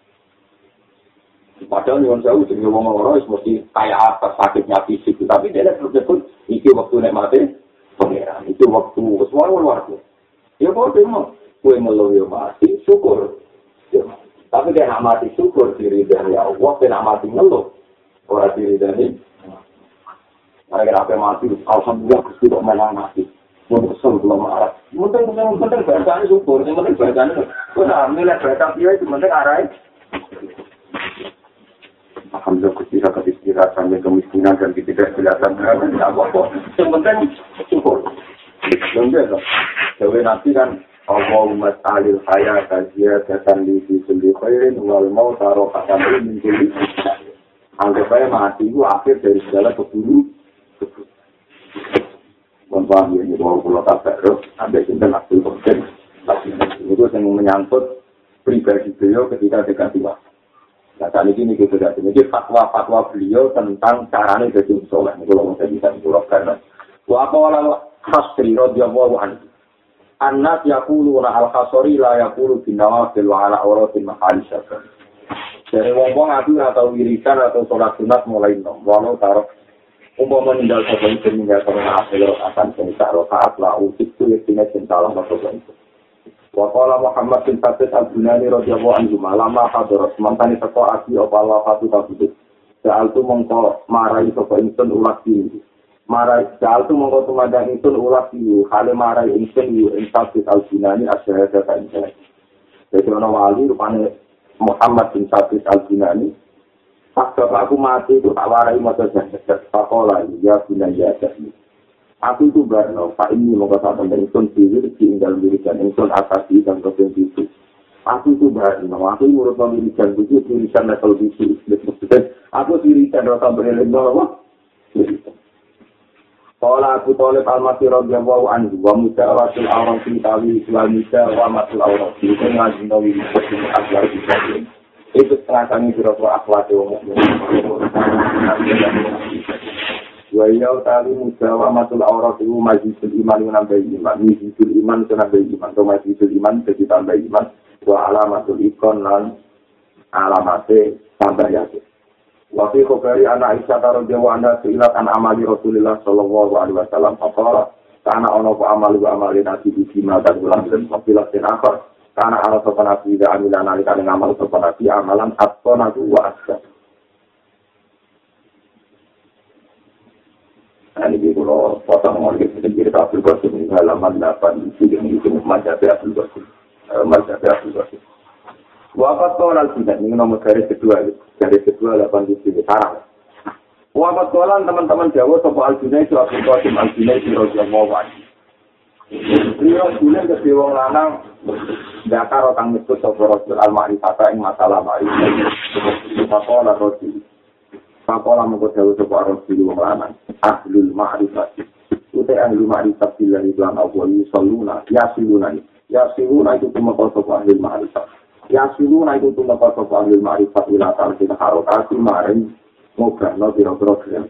Padahal nyuwun sewu jenenge wong loro wis mesti kaya apa sakitnya fisik, tapi dia sebut iki waktu nek mati pangeran. Itu waktu wis luar biasa. Ya kok demo kowe melu yo mati syukur. Tapi dia nak mati syukur diri dari Allah, dia nak mati ngeluh. Orang diri dari mereka apa mati, alhamdulillah sudah menang mati. Untuk sebelum marah. Penting bahasanya syukur, yang penting bahasanya. Kita milih bahasa dia itu penting arah. Alhamdulillah ketika istirahat sampai kemiskinan dan ketidakjelasan tidak apa-apa. Yang penting syukur. Yang biasa. Nanti kan Allahumma ta'alil hayata ziyadatan li fi kulli khairin wal mauta rohatan min kulli. Anggap saya mati itu akhir dari segala keburu. Paham ya, ini bahwa pulau Tabarok, ada cinta Abdul Qasim Itu yang menyangkut pribadi beliau ketika dekat tua. Nah, saat ini kita tidak ini fatwa beliau tentang caranya jadi soleh. Kalau saya bisa dikurangkan. Wa qala Khasri radhiyallahu anhu. An-nas yaquluna al-khasari la yaqulu bin nawafil wa ala awratil mahalisah. Dari wong-wong aku atau wiridan atau sholat sunat mulai nom. Walau taruh umpama meninggal sebelum meninggal karena hasil akan semisal rokaat lah usik itu yakinnya cintalah masalah itu. Waqala Muhammad bin Sabit al-Bunani radhiyallahu anhu lama hadarat mantani teko ati apa Allah fatu kabudut. Soal tu mongko marai sapa ingsun ulas iki. Marai soal tu mongko tumandang ingsun ulas iki hale marai ingsun yu Sabit al-Bunani asyhadu ka insa. Jadi ana wali rupane Muhammad bin Sabit al-Bunani pas aku mati itu tak warai masa jahat pakola ya guna ya jadi aku itu barno pak ini mau kata tentang insun diri tinggal dirikan insun asasi dan kebun itu aku itu barno aku menurut dirikan itu dirikan level itu aku dirikan rasa bereleng bahwa Kala Abu Thalib al-Masih radhiyallahu anhu wa mudawatul awrati tawi wal wa matul awrati itu ngaji nawi seperti akhlak itu. Itu setengah kami berapa akhlak wong mukmin. Wa ya tawi mudawatul awrati majlisul iman nambah iman, majlisul iman nambah iman, majlisul iman jadi tambah iman, wa alamatul ikon lan alamate tambah yakin. Wafi khobari anak Aisyah radhiyallahu anha su'ilat an amali Rasulillah sallallahu alaihi wasallam faqala kana ono fa amali wa amali nabi bima dan ulang dan fakilah dan akhir kana ala sopan nabi da amilan alika dengan amal sopan nabi amalan atqana wa asqa. Ini kalau potong ngomongin sedikit Abdul Qasim ini halaman 8 itu yang itu Mazhab Abdul Qasim. Mazhab Abdul Qasim. Wafat kolan tidak, ini nomor garis kedua 8 di sini, sarang. Wafat kolan teman-teman Jawa, sopa al-Junai, sopa al-Qasim al-Junai, radhiyallahu anhu. Beliau bulan ke wong lanang, dakar otang miskus sopa Rasul al-Ma'rifata yang masalah ma'rifat. Fakola Rasul. Fakola mengkodawu sopa Rasul wong lanang, ahlul ma'rifat. Utai ahlul ma'rifat billahi bilang Allah yusalluna, yasiluna itu kumakau sopa ahlul ma'rifat. Ya siluna itu tumeka sapa ahli ma'rifat ila ta'ala harokati maring ngobrolno pira-pira gerakan.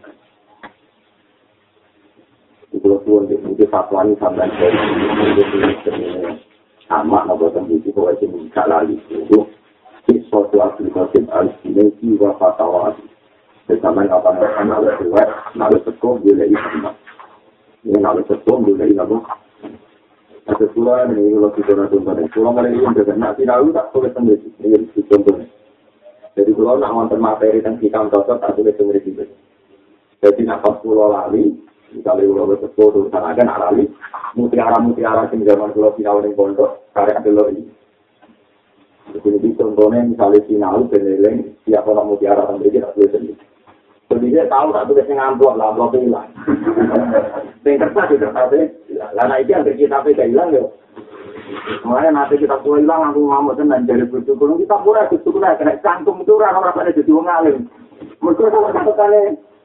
Itu suwun iki fatwa ini sampeyan dari amak napa tembiki kok iki gak lali itu iso to aplikasi al-sinati wa fatwa. Sampeyan apa-apa ana lewat nang sekol boleh iki. Ini nang sekol boleh iki ada pula ini kalau kita nak contohnya, kalau mereka yang tidak nak tahu tak boleh sendiri. Ini contohnya. Jadi kalau nak nonton materi yang kita tonton tak boleh sendiri. Jadi nak pas pulau lali, misalnya pulau bersepuluh, tak akan lali. Mutiara yang zaman pulau final yang pondok karya dulu ini. Jadi contohnya misalnya final beneleng siapa nak mutiara sendiri tak boleh sendiri. Jadi dia tahu tak tulis ngamplop lah, amplop hilang. Yang kertas di kertasnya, karena itu yang kita hilang ya. Makanya nanti kita pulang hilang, aku ngamuk dan dari bersyukur. Kita pulang kena cantum itu orang-orang pada jadi orang alim. Mereka kalau satu kali,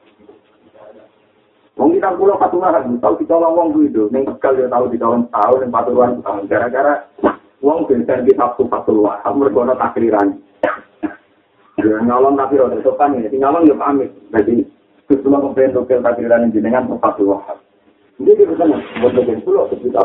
kita pulang patungan, tahu kita ngomong gitu. Yang sekali dia tahu kita tahun, yang patungan tahun. Gara-gara uang biasanya kita satu-satu, mereka ada takriran. Nyolong tapi roda sopan ini, nyolong ya pamit. Jadi kebetulan komplain dokter takdiran jenengan tempat luar. Jadi kita sana buat dokter pulau kita.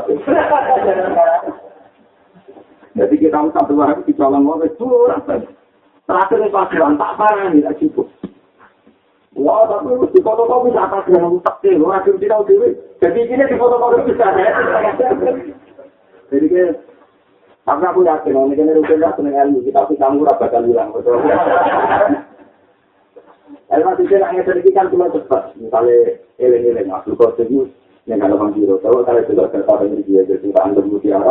Jadi kita satu hari kita nyolong mau betul. Terakhir nih takdiran tak parah nih tak cukup. Wah tapi di fotokopi bisa takdiran takdir, orang akhir tidak tahu. Jadi ini di fotokopi bisa. Jadi kan tapi aku yakin, ini kan rupiah seneng ilmu, tapi kamu bakal hilang. Ilmu itu hanya sedikit kan cuma cepat. Misalnya, eleng-eleng, Abdul Qasim, yang ada orang biru. Kalau sudah terpapar dari dia, jadi kita anggap mutiara.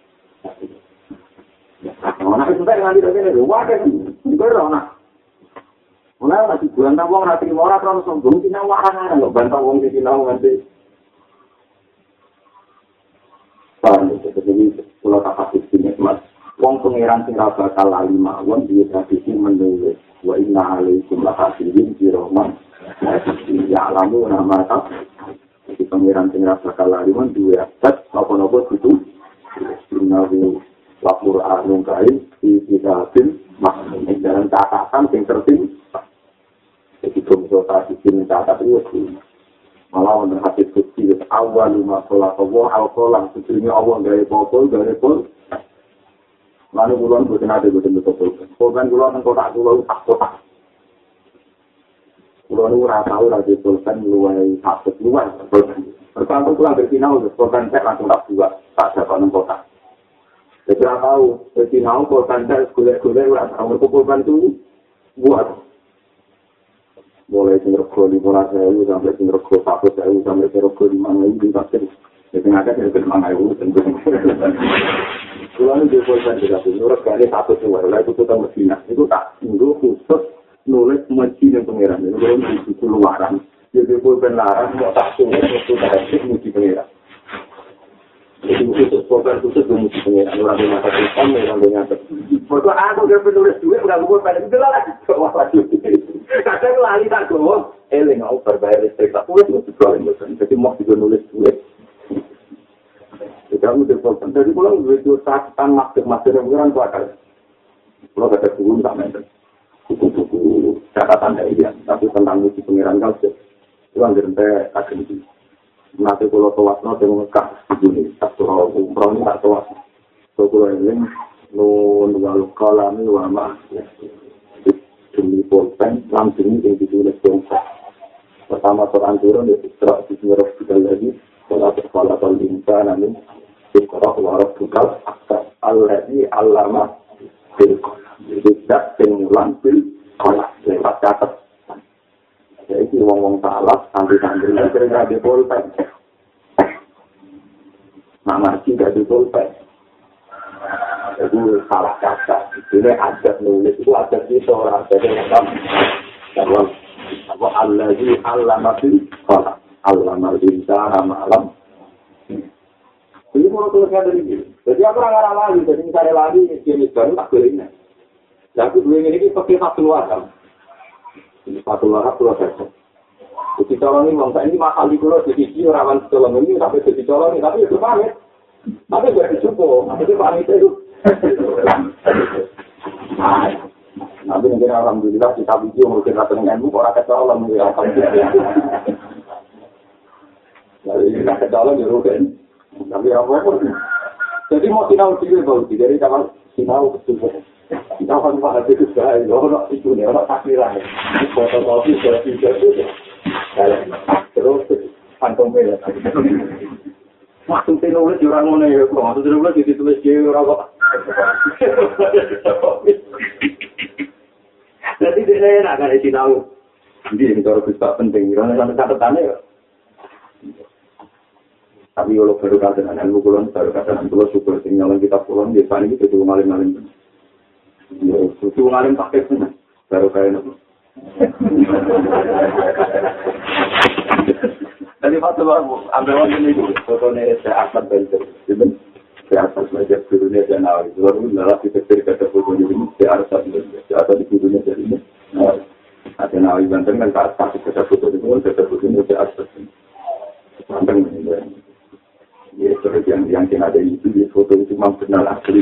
Nah, itu sampai nanti ini, wah kan, berona. Mulai masih bulan tampung, nanti orang terlalu sombong, kita warang-warang, nggak bantah uang di sini, nanti. Jadi kalau tak kasih sini mas, wong pengiran sing rasa kalah lima, wong dia tradisi menulis, wa inna alaikum lahasirin jiroman, ya alamu nama tak, jadi pengiran sing rasa kalah lima dua, apa-apa itu, innahu Al-Qur'anul Karim di kitabim maknum dalam catatan yang tertib. Jadi kalau tadi mencatat itu malah untuk hati suci awal lima sholat Allah al-Qolam sebelumnya Allah dari pokol. Lalu bulan bukan ada betul-betul. Bukan bulan kotak bulan tak kotak. Bulan ura tahu lagi bulan luai satu luar. Pertama pulang berfinal bulan saya langsung tak buat tak dapat kotak. Saya tahu berfinal bulan saya gule-gule ura tahu bulan itu buat. Mulai rego 15.000 sampai rego 100.000 sampai rego 5.000 pasti. Jadi ada yang ke 5.000 tentu. Kalau ini dibuatkan juga, menurut kali satu suara, itu kita Medina. Itu tak tunggu khusus nulis masjid yang pengiran. Itu kalau di keluaran, jadi dibuatkan larang, mau tak tunggu untuk terhadap masjid pengiran. Jadi khusus program khusus untuk masjid pengiran. Orang yang nyata Islam, orang yang nyata. Mereka aku dia penulis duit, udah gue pada itu lah. Wah wajib. Kadang lali tak gue, eling aku berbayar listrik tak tulis untuk jualan. Jadi mau juga nulis duit. Kamu diperlukan dari pulang begitu catatan maksud yang bukan kuat. Kalau ada buku tak main, buku catatan dari dia, tapi tentang musik pengiran kau sih, itu anggaran saya akan itu. Nanti kalau tuas nanti mengekah begini, tak surau umroh ini tak tuas. Kalau ini nun wal kalami wama, demi pulpen langsung yang ditulis dongsa. Pertama Quran turun itu Isra Bismillah lagi, kalau terkala insan Iqra wa rabbukal akbar alladzi 'allama bil qalam. Tidak pengulang bil qalam. Lewat catat. Jadi wong-wong salah santri-santri sering ada pulpen. Nama tidak di pulpen. Itu salah catat. Ini adat nulis itu adat itu orang ada yang sama. Wa alladzi 'allama bil qalam. 'Allamal insana ma 'lam. Jadi mau tulisnya dari sini. Jadi aku orang lagi, jadi misalnya lagi jenis baru tak boleh ini. Jadi aku dua ini pakai satu warna. Satu warna pulau saja. Jadi colong ini bangsa ini mahal di pulau jadi rawan colong ini sampai jadi colong ini tapi itu pamit. Tapi gak dicukup. Tapi pamit itu. Nanti mungkin alhamdulillah kita video mungkin rata dengan ilmu orang kecolong mungkin alhamdulillah. Jadi kita kecolong ya rugen. Tapi apa pun. Jadi mau sinau juga bau dari zaman sinau betul. Sinau kan pada itu saya orang itu nih orang takdiran. Fotokopi selfie itu. Terus kantong merah. Maksudnya nulis orang mana ya? Maksudnya nulis ditulis dia orang apa? Jadi dia enak kan sinau. Jadi ini kalau bisa penting. Karena catatannya ya. Tapi kalau baru kata ilmu kulon baru kata kulon syukur tinggalan kita kulon di sana itu cuma ngalim-ngalim. Ya, cuma ngalim pakai pun baru kayak itu. Tadi waktu baru ambil waktu ini fotonya saya akan bentuk, jadi saya akan belajar dunia dan awal. Lalu dalam kita cerita foto ini saya harus di dunia jadi ini. Ada nawai banten kan pas kita foto ini saya harus banten ini. Ya, seperti yang ada itu di foto itu memang benar asli.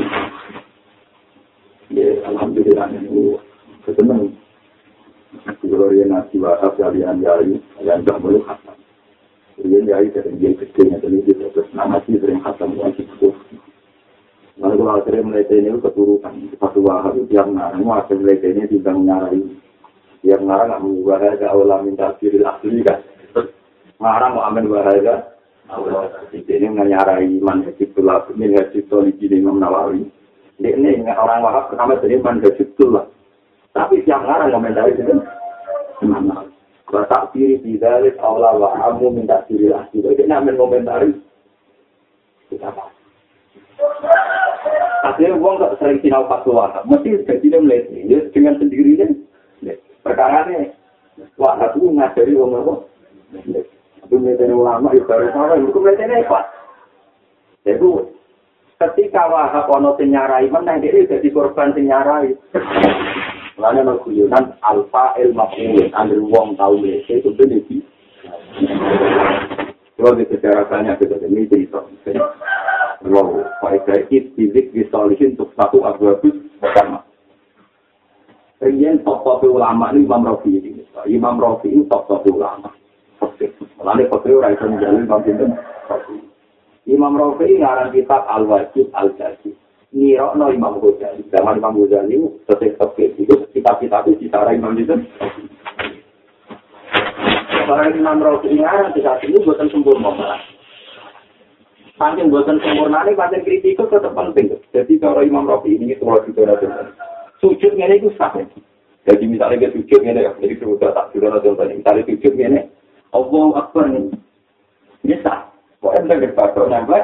Ya, alhamdulillah itu senang. Kalau dia nasi wahab kalian jari, yang tak boleh khatam. Dia jari dari dia kecilnya dari dia terus nama sih sering khatam lagi itu. Lalu kalau akhirnya melihat ini keturutan satu wahab yang ngarang, akhirnya melihat ini tidak menyarai. Yang ngarang nggak mengubah awal minta firil asli kan. Ngarang mau amin bahaya. Allah ini menyarai manhajullah, manhajul di Imam Nawawi. Ini orang Wahab pertama jadi manhajullah. Tapi siang ngarang komentari itu Imam Nawawi. Kalau tak kiri tidak Allah Wahabu minta kiri lah. Jadi ini amin komentari. Kita apa? Akhirnya uang tak sering sinau fatwa Wahab. Mesti jadi melihat ini dengan sendirinya. Perkara ini Wahab itu ngajari uang apa? Itu melihatnya ulama, itu baru sama, itu melihatnya hebat. Jadi, ketika Wahab ono senyarai, menang dia jadi korban senyarai. Lalu ada kuyunan, alfa ilmafulun, ambil uang tahu itu benefit. Kalau di sejarah banyak, kita ini cerita. Wow, faedah fizik disolihin untuk satu abu-abu pertama. Rian top ulama ini Imam Rafi'i ini. Imam Rafi'i top ulama. Mulane fakir ora iso menjalin Imam Sinten. Imam Rafi'i ngarang kitab Al-Wajib Al-Jazzi. Nirokno Imam Ghazali. Zaman Imam Ghazali tetep itu kitab-kitab bicara Imam Sinten. Orang Imam Rafi'i ngarang kitab ini boten sempurna malah. Saking boten sempurna ini pancen kritik itu tetap penting. Jadi kalau Imam Rafi'i ini kalau didoa-doa sujud ngene iku sah. Jadi misalnya dia sujud ngene ya, jadi sudah tak sudah contohnya. Misalnya sujud ngene, Allahu Akbar nih. Ini sah. Kok ente berpatok nembak?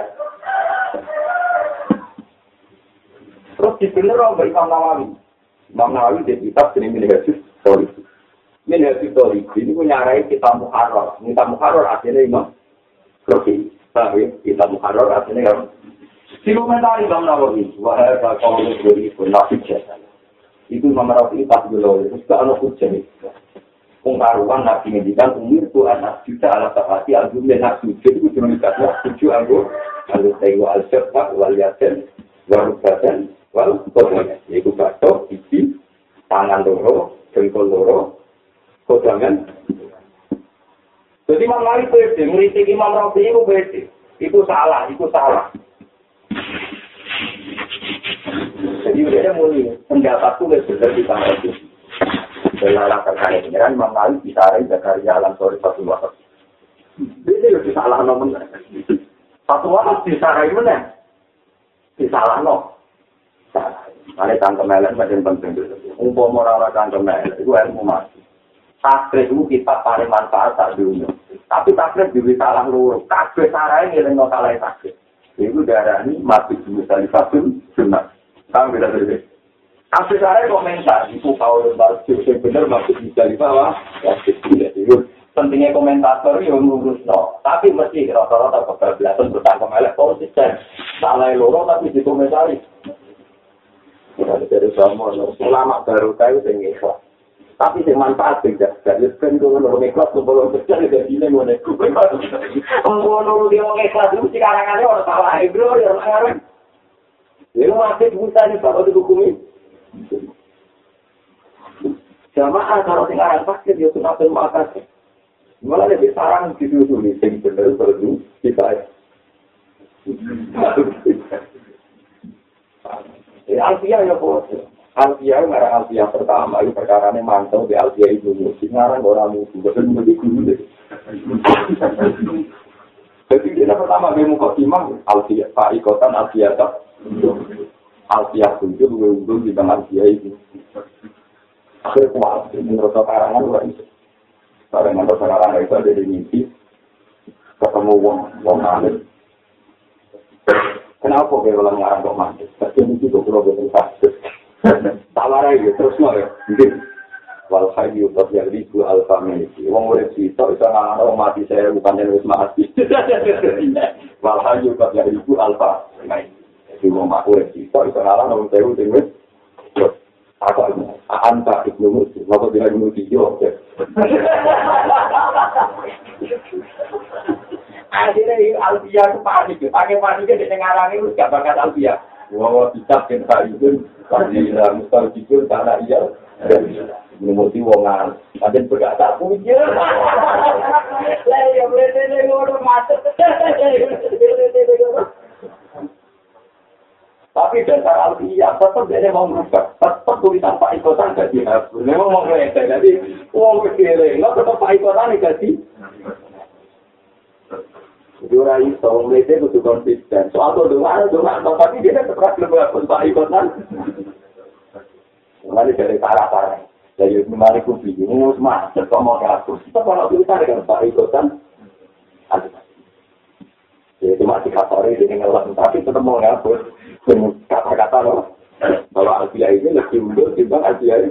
Terus dibener oleh Imam Nawawi. Imam Nawawi dia kitab jenis Minhajus Sholihin. Minhajus Sholihin ini menyarai kitab Muharrar. Kitab Muharrar artinya Imam Rafi'i. Tapi kitab Muharrar artinya yang dikomentari Imam Nawawi. Wahai kalau beri pun nafsu jasa. Itu Imam Rafi'i pas dulu. Terus ke anak hujan. Pengkaruan Nabi ngendikan umur tu anak juta ala sahati al-jumlah nak sujud itu cuma dikasih tujuh anggur lalu tengok al-syafaq wal yasin wal badan wal kodanya yaitu batok, gigi, tangan loro, jengkol loro, kodangan. Jadi Imam Nawawi beda, ngeritik Imam Rafi'i itu beda. Itu salah. Jadi dia mulai pendapatku lebih benar di tangan itu. Dalam perkara pengiran Imam Nawawi bicara Zakaria alam sore satu waktu. Ini lebih salah nomor. Satu waktu bicara mana? Disalah no. Ada tangkem melen macam penting. Umpama orang tangkem melen itu ilmu mati. Takrif itu kita paling manfaat tak dunia. Tapi takrif juga salah luruh. Takrif sarai ngiling no salah takrif. Itu darah ini mati juga dari fasun sunat. Kamu bisa terjadi. Asli saya komentar, itu kalau lembar yang benar masuk bisa di bawah, ya tidak itu. Pentingnya komentator yang ngurus no, tapi mesti rata-rata kebablasan bertanggung elek konsisten. Salah loro tapi dikomentari. Kita dari semua ulama baru tahu yang ikhlas. Tapi yang manfaat tidak. Jadi kan kalau orang ikhlas belum terjadi dari ini mana? Kalau dia orang ikhlas itu sekarang ada orang salah bro, ya orang. Dia masih bisa nih kalau dihukumi. Jamaah kalau tinggal sakit dia sunat dan makan. Malah lebih sarang gitu nih, sing bener perlu kita. Alfia ya bos. Alfia ngarang Alfia pertama itu perkara mantau di Alfia itu ngarang orang musuh betul betul guru deh. Jadi dia pertama dia muka timang Alfia Pak Ikotan Alfia tak. Alfia itu gue di tengah Alfia itu. Akhirnya kuat, menurut karangan gue itu. Karangan itu ada di mimpi. Ketemu wong alim. Kenapa gue ulang ngarang kok mati? Tapi mimpi gue kalau betul kasus. Tak warai gitu, terus mau ya. Walhayu tabiar ribu alfa-miliki. Wong urip sitok bisa ngarang mati saya bukan yang harus mati. Walhayu tabiar ribu alfa-miliki. Di rumah urip sitok bisa ngarang orang sewu tinggal. Aku anta Ibnu Musi, maka dia Ibnu Musi juga. Akhirnya Alfia itu panik, pakai paniknya di tengah itu gak bakat Alfia. Wah, bisa kita itu, pasti mustahil itu karena iya. Ibnu Musi wongan, ada berkata punya. Lah ya boleh ngono macet. Tapi dasar Alfia tetap dia mau merubah, tetap tulisan Pak Ikotan gak dihapus. Memang mau ngeledek, jadi uang kecil, nggak tetap Pak Ikotan dikasih. Jadi orang itu ngeledek itu konsisten. Soal itu doang, tapi dia tetap lebih pun Pak Ikotan. Kembali dari parah-parah. Jadi kembali kubi, ngurus macet, kok mau dihapus. Tetap kalau tulisan dengan Pak Ikotan, jadi masih kasari dengan ngelang, tapi tetap mau dihapus. Kata-kata loh, kalau Alfia ini lebih unggul timbang Alfia ini.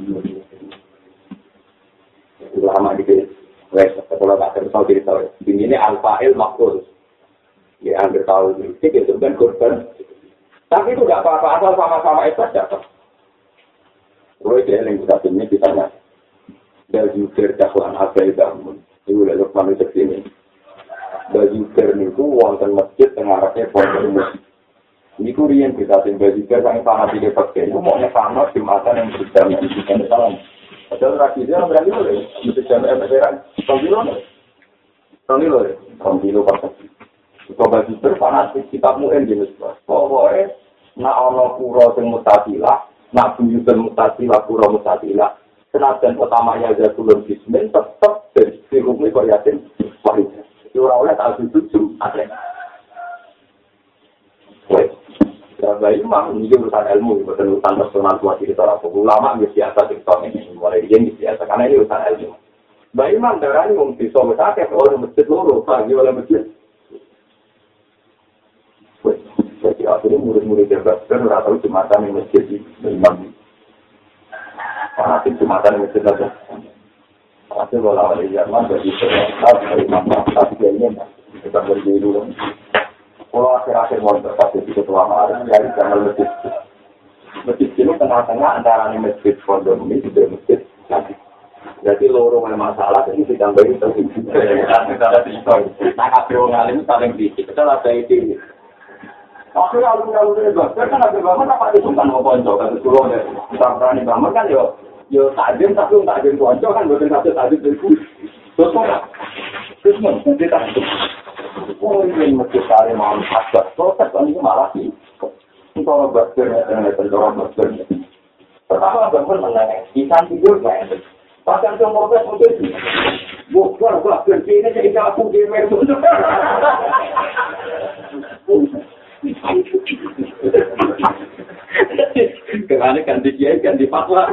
Lama dikit, kalau tak tertahu diri tahu. Ini Al-Fa'il Maqbul. Ya hampir tahu ini, itu kan korban. Tapi itu tidak apa-apa, asal sama-sama itu saja. Roy dia yang kita ini ditanya. Dari jujur dakwaan Al-Fa'il Bangun. Itu udah Lukman itu sini. Baju ber niku wonten masjid teng ngarepe pondok musik. Niku riyen kita sing baju ber sang fanatik pakai. Iku maunya sama Jumatan yang berjamaah di sana salam. Padahal rakitnya berani loh, mesti jamaah beneran. Kilo pas. Coba super fanatik kitab mu'en jenis Mas. Pokoknya nak ana pura sing mutasilah, nak buyutan mutasilah pura mutasilah. Senajan utamanya Zatulun Bismin tetap dari hukumnya kok yakin wahid. Ora oleh tak setuju ada. Wes. Ya imam ini urusan ilmu, bukan urusan personal buat kita orang ulama biasa kita ini mulai dia biasa karena ini urusan ilmu. Baik imam darahnya mau bisa bersakat oleh masjid loro, pagi oleh masjid. Jadi akhirnya murid-murid terbesar atau jumatan yang masjid di imam. Fanatik jumatan yang masjid saja. Akhirnya kalau ada zaman bagi seorang dari imam tapi ini kita berdiri dulu. Kalau akhir-akhir mau berpasti di ketua malam dari jangan masjid. Masjid ini tengah-tengah antara masjid pondok ini dan masjid lagi. Jadi lorong masalah ini ditambahin terus. Nah, kabel ngalim saling bisik. Kita ada ide. Akhirnya alun-alun itu, kan ada bangun apa itu kan mau ponco kan suruh deh. Berani bangun kan yo tajam tapi tajam ponco kan bukan satu tajam itu. Terus kita oh ini masih cari mau asal. Proses ini malah sih. Kalau bercerita dengan penjara pertama bangun mengenai ikan tidur nggak? Pasang semua proses mungkin. Bukan ini jadi aku di meja. Karena ganti kiai ganti fatwa.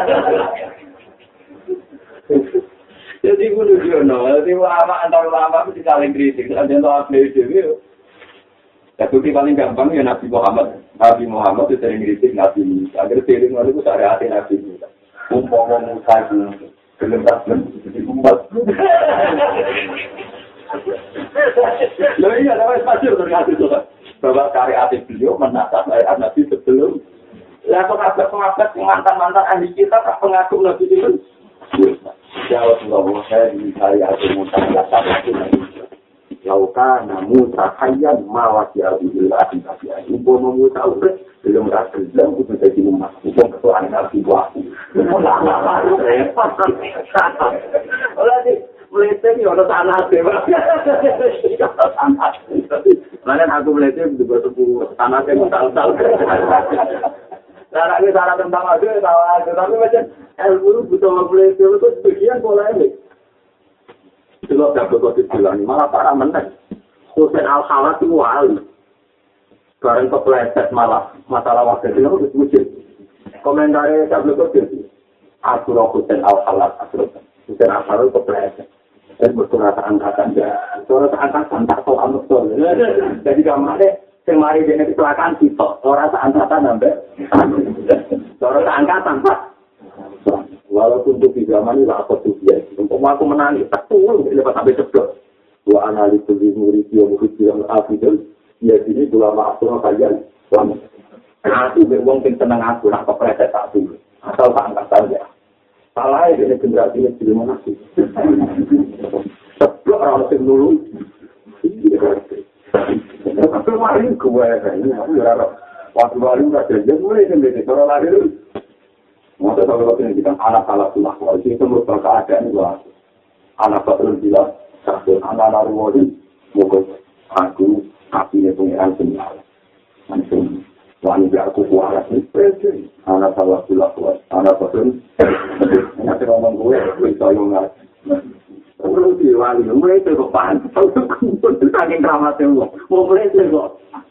Jadi kudu jono, jadi ulama antar ulama itu saling kritik, ada yang tahu itu. Ya bukti paling gampang ya Nabi Muhammad itu sering kritik Nabi Musa. Agar sering itu syariat Nabi Musa. Umpama Musa itu gelentas jadi umat. Loh iya, ada spasial terkasih tuh. Bahwa syariat beliau menata syariat Nabi sebelum. Lah kok ada pengabat mantan-mantan ahli kita tak pengaku Nabi itu. Ya Rasulullah saya di syariat Musa itu lauka namu tahayyan mawati al-ilal akhir. Umpama Musa urip belum rasa belum menjadi umat. Umpama ketuaan Nabi buahku. Oleh melete yo ana tanah dewa. Lan aku melete juga tuku tanah sing tal-tal. Cara ini cara tentang aku tapi macam ilmu butuh melete itu sebagian pola ini. Kalau dapat kode bilang malah para meneng. Husain Al-Khawas itu wali. Barang kepleset malah masalah wakil itu harus wujud. Komentarnya dapat kode. Asura Husain Al-Khawas Husain Al-Khawas kepleset. Dan berkurasa angkatan dia. Berkurasa angkatan tak tahu betul. Jadi kamarnya yang mari dia kecelakaan kita. Berkurasa angkatan sampai. Berkurasa angkatan pak. Walaupun untuk di zaman ini aku tuh dia. Untuk aku menangis tak turun lepas sampai sebel. Dua analisis di murid dia murid yang afidal. Dia sini ulama asal kalian. Aku beruang tenang aku nak kepreset tak dulu. Asal tak angkat saja. Salah ini generasi ini di mana sih? Sebelum orang masih dulu, tapi kemarin gue ini aku harap waktu baru nggak jadi mulai sendiri orang lahir. Masa kalau ini kita anak salah sunnah wal itu merupakan keadaan gua. Anak betul bilang satu anak narwali mungkin aku apinya pengiran sendiri. Langsung wanita aku kuat itu. Anak salah sunnah wal anak betul. Nanti ngomong gue bisa yang nggak. Perlu diwali, mulai itu kok pan. Kalau saking dramatnya mau mulai itu kok.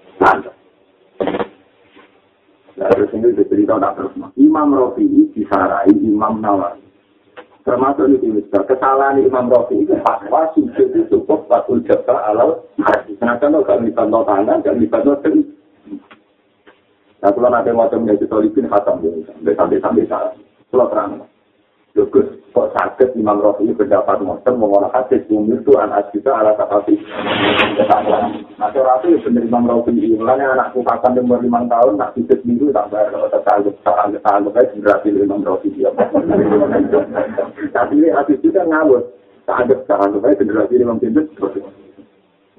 Terus ini cerita tak terus. Imam Rafi'i disarai Imam Nawawi. Termasuk itu kesalahan Imam Rafi'i itu fatwa sujud itu cukup fatul jabal alal hadis. Kenapa kalau bisa no tangan, kalau bisa no ten. Nah kalau nanti macam yang ditolipin khatam sampai salah. Kalau terang. Gus, kok sakit Imam Rafi'i pendapat Muslim mengolah hadis umur itu anak kita ala takati. Nah, Rafi'i benar Imam Rafi'i. Mulanya anakku kapan umur 5 tahun nak sujud minggu tak bayar kalau tertanggup kayak berarti Imam Rafi'i. Tapi hadis itu kan ngawur. Tak ada kayak generasi Imam Rafi'i.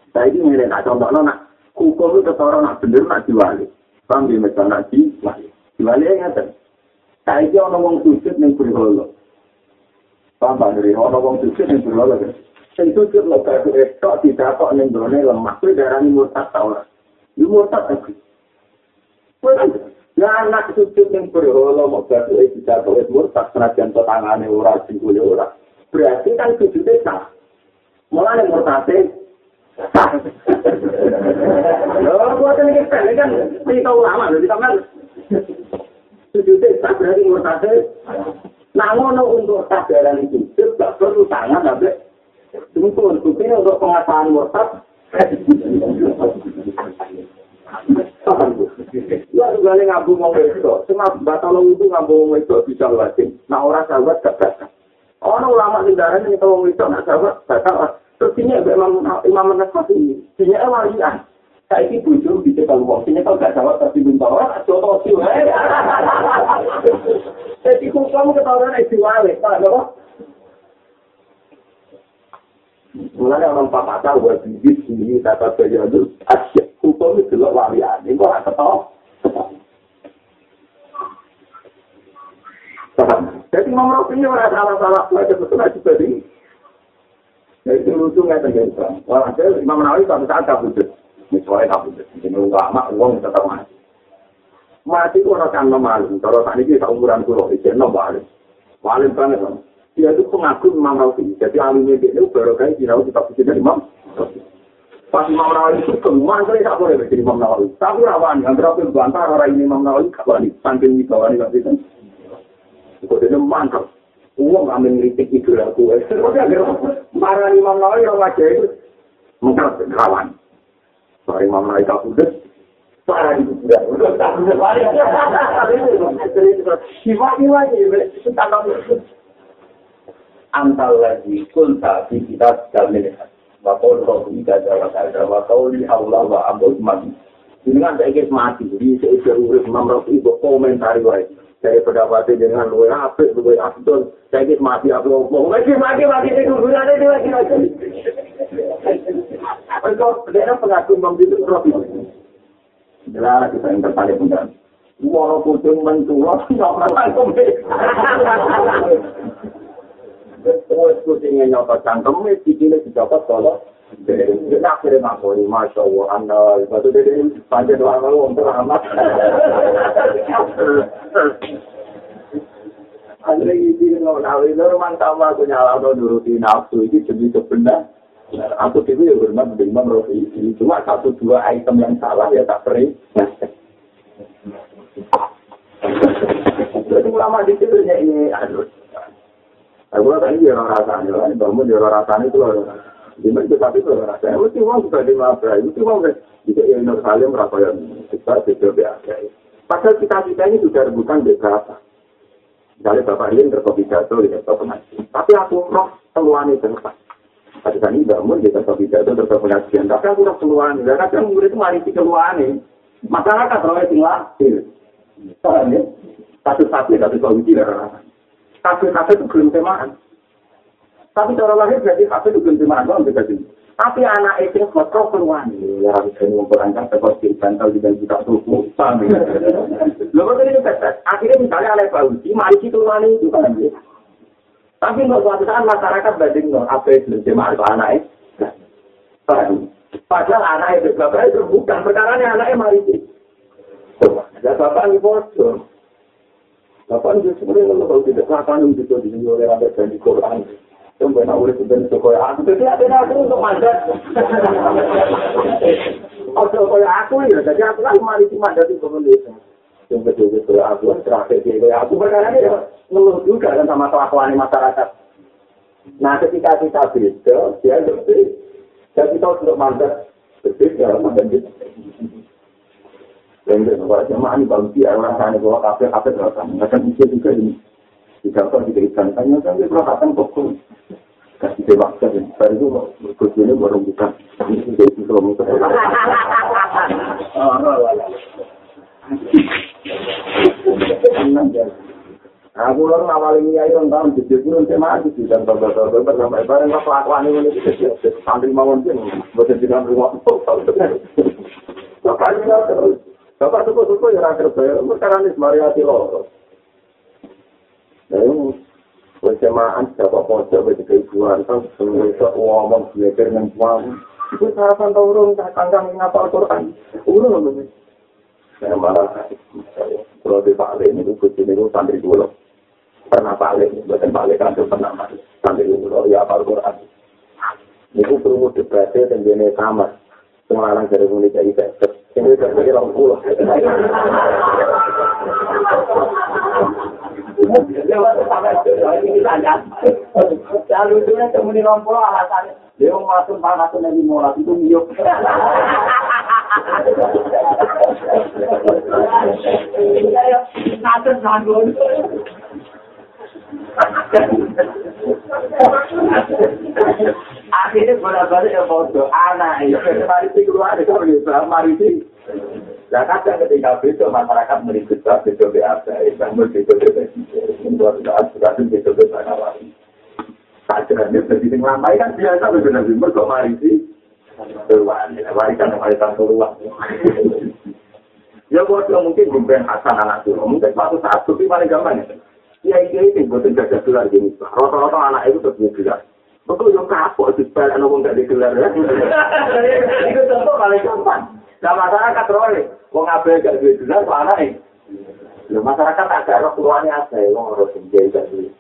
Saya ini ngene tak contohno nak hukum itu ketara nak bener nak diwali. Paham ya mesal nak diwali. Diwali ngaten. Saiki ana wong sujud ning berhala. Paham dari ana wong sujud ning berhala. Sing sujud lek tok ditakok ning gone lemah kuwi darani murtad ta ora. Yo murtad tapi. Ya anak sujud ning berhala mok bae ditakok murtad senajan tangane ora singkule ora. Berarti kan sujudnya sah. Mulane murtade loh, buat ini kan kita ulama, kita kan sujudnya tak berarti murtade. Namun untuk kesadaran sujud, tak perlu tangan, tapi untuk untuk pengasahan murtad. Ya juga ini ngabung ngomong itu, cuma batal itu ngabung ngomong itu bisa wajib. Nah orang sahabat gak batal. Orang ulama sejarah ini kalau ngomong itu nak sahabat batal. Terus ini Imam Nasafi, ini walian. Saya ini bujur bisa kalau ini kalau nggak jawab tapi belum tahu, contoh sih. Jadi hukum ketahuan itu wali, tak ada. Mulanya orang papa tahu buat bibit ini dapat terjadi. Asyik hukum itu loh walian, ini kok nggak tahu. Jadi Imam Nasafi ini orang salah-salah, ada betul aja tadi. Itu lucu nggak terjadi. Walhasil Imam Nawawi suatu saat kabudut. Misalnya kabudut. Ini ulama, uang tetap mati. Mati itu orang kan malu. Kalau saat ini kita umuran pulau, itu nombalik. Malim banget. Dia itu pengagum Imam Nawawi. Jadi alimnya dia itu baru kali kita kabudut dari Imam. Pas Imam Nawawi itu kemana kali tak boleh jadi Imam Nawawi. Tapi rawan. Yang terakhir bantah orang ini Imam Nawawi kawan. Sambil di bawah ini kan. Kok dia mantap. Uang amin kritik itu aku. Marah Imam Nawawi yang wajah itu mengkrat rawan. Marah Imam Nawawi tak putus. Marah itu tidak. Tak putus lagi. Gimana itu tentang antal lagi kulta di kita dalam wakau roh tidak ada wakau di Allah wa abud mati. Dengan saya ingin mati. Jadi saya urus Imam Nawawi itu komentari wae. Saya pendapatnya dengan luwe apik, luwe abdul. Saya ingin mati abdul. Mati itu gunanya dia lagi. Kalau dia pengagum Imam itu Rabi. Jelas kita yang tertarik dengan. Walaupun putih mentua, nyokot cangkem. Putihnya nyokot cangkem, cikilnya dicopot kalau. Dia akhirnya ngakori, Masya Allah, Anda, batu dia panjang doang kalau untuk amat. Akhirnya ini, kalau mantap aku nyala, nuruti nafsu, ini jadi sebenar. Aku itu ya bermat dengan Rofi. Cuma 1-2 item yang salah, ya tak peri. Jadi ulama di situ ini, aduh. Aku tadi dia rasanya, bangun dia rasanya itu loh. Dimana tapi itu rasanya, itu uang sudah dimabrai, itu uang bisa yang Salim merasa yang kita biasa. Padahal kita ini sudah rebutan berapa. Misalnya Bapak Ilin terkopidato di sektor pengajian. Tapi aku roh keluhan itu tempat. Tadi tadi bangun di sektor pidato terkait pengajian. Tapi aku roh keluhan. Karena kan murid itu mari keluhan ini. Masyarakat roh itu lahir. Soalnya satu-satu tapi solusi darah. Kafe-kafe itu belum temaan. Tapi cara lahir berarti kafe itu belum temaan. Tapi anak itu kotor keluhan. Ya harus memperlancar seperti bantal di dalam kita tubuh. Lalu tadi itu akhirnya misalnya oleh Pak Uji, mari kita keluhan itu kan. Tapi untuk suatu saat masyarakat banding apa itu belum atau anak itu. Padahal anak itu bapak itu bukan perkaranya anaknya mari itu. Ada bapak ini bocor. Bapak itu sebenarnya kalau tidak akan itu di oleh ada di Quran. Coba nak urus sebenarnya sekolah aku. Jadi ada aku untuk mandat. Oh sekolah aku ya. Jadi aku kan mari mandat itu penulis. Yang betul-betul aku terakhir dia aku perkara ini ngeluh juga kan sama kelakuan masyarakat. Nah ketika kita beda, dia lebih. Jadi kita untuk mandat berbeda mandat itu. Dan kalau jemaah ini bagus ya orang sana bawa kafe terlalu akan bisa juga ini. Di kantor diberikan tanya kan dia perhatian pokok kasih dewasa dan baru itu berkumpulnya baru bukan ini jadi kilometer. Aku orang awal ini ayo tahun jadi pun saya maju dan beberapa sampai bareng kelakuan ini santri mawon sih, bukan tidak rumah. Bapak suku ya rakyat saya, perkara ini variasi loh. Nah ini persamaan siapa pojok bagi keibuan kan semua ngomong belajar dengan uang. Itu sarapan turun kangkang ngapal Quran. Urung loh. Saya marah. Kalau di Pak ini itu santri dulu. Pernah balik, bukan balik kan pernah mati. Santri dulu ya apal Quran. Itu perlu debatnya dan jenis sama. Semua orang dari mulai jadi besar. Ini dari orang pulau. Lalu itu kemudian orang pulau alasannya. Dia masuk pangasan dari molat itu miuk. Ngatur sanggup. Akhirnya bolak-balik ya bodoh, anak itu marisi keluar, itu berusaha marisi. Nah kadang ketika besok masyarakat meribut, besok biasa, bangun besok presiden, sudah besok lagi. Sajarannya berarti ngelampai kan biasa, benar-benar kok marisi. Keluar, warisan keluar. Ya bodoh mungkin bukan Hasan anak dulu, mungkin suatu saat tapi paling gampang ya. Ya ini bukan gajah gelar jenis. Rata-rata anak itu terus gelar. Betul yang kapok di sepeda nongol nggak digelar ya. Itu contoh paling gampang. Nah masyarakat roy, wong abel gak digelar kok anak ini. Loh masyarakat agak roh keluarnya ada, wong harus menjadi gak duit.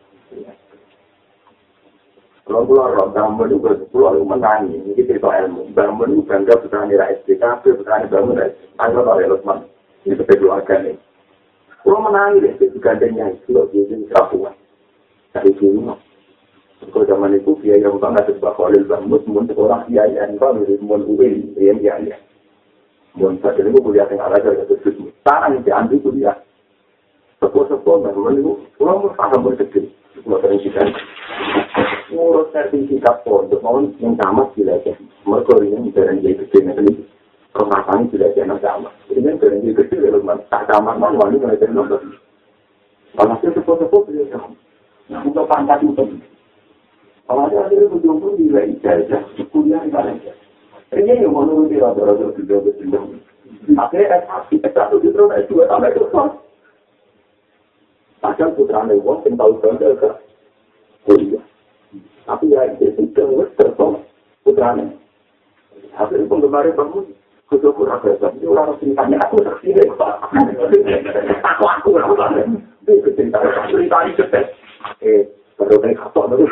Kalau keluar roh, bangun juga keluar menangi. Ini cerita ilmu. Bangun itu bangga petani rakyat SDKP, petani bangun rakyat. Tanya oleh Lutman. Ini kekeluarga nih. Kalau menangi deh, gandengnya itu loh, jadi kerapuan. Dari dulu, kalau zaman itu biaya utang ada sebuah kolil bangun, semua orang biaya yang kalau dari semua UIN, biaya. Mohon saja ini kuliah yang ada dari itu. Sekarang ini ambil kuliah. Sepuh-sepuh bangun itu, kalau mau paham bersedih, mau terhentikan. Ngurus sertifikat pondok, mau yang sama belajar. Mereka ini jarang jadi kecilnya ini. Kemasannya belajar yang sama. Ini kan jarang jadi kecil, tak sama, malu belajar nomor. Kalau sepuh-sepuh belajar. Nah, untuk pangkat itu. Kalau ada akhirnya berjumpa di ijazah, kuliah di Malaysia. Ini yang menurut rata-rata sudah berjumpa. Akhirnya S1 justru S2 sampai ke kelas. Padahal putra Newon yang tahu bandel ke kuliah. Tapi ya itu sudah tertolak putranya. Akhirnya penggemar bangun. Kusyukur agak ini orang ceritanya aku saksi deh. Aku itu ceritanya cepat. Baru kayak kapok baru.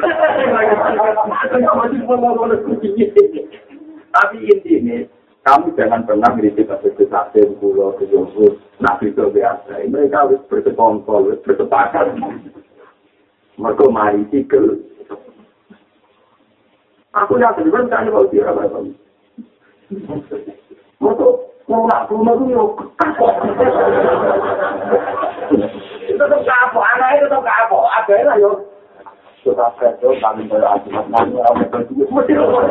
Tapi intinya kamu jangan pernah ngiritik ke pulau ke Jombor, nabi ke biasa. Mereka harus bersekongkol, bersepakat. Mereka mari sikil. Aku yakin kan tanya kalau dia apa? Mereka mau nak rumah itu kapok. Itu tetap kapok, anak itu tetap kapok. Ada lah yo. Sudah kerja kami berakibat nanti orang berdua mesti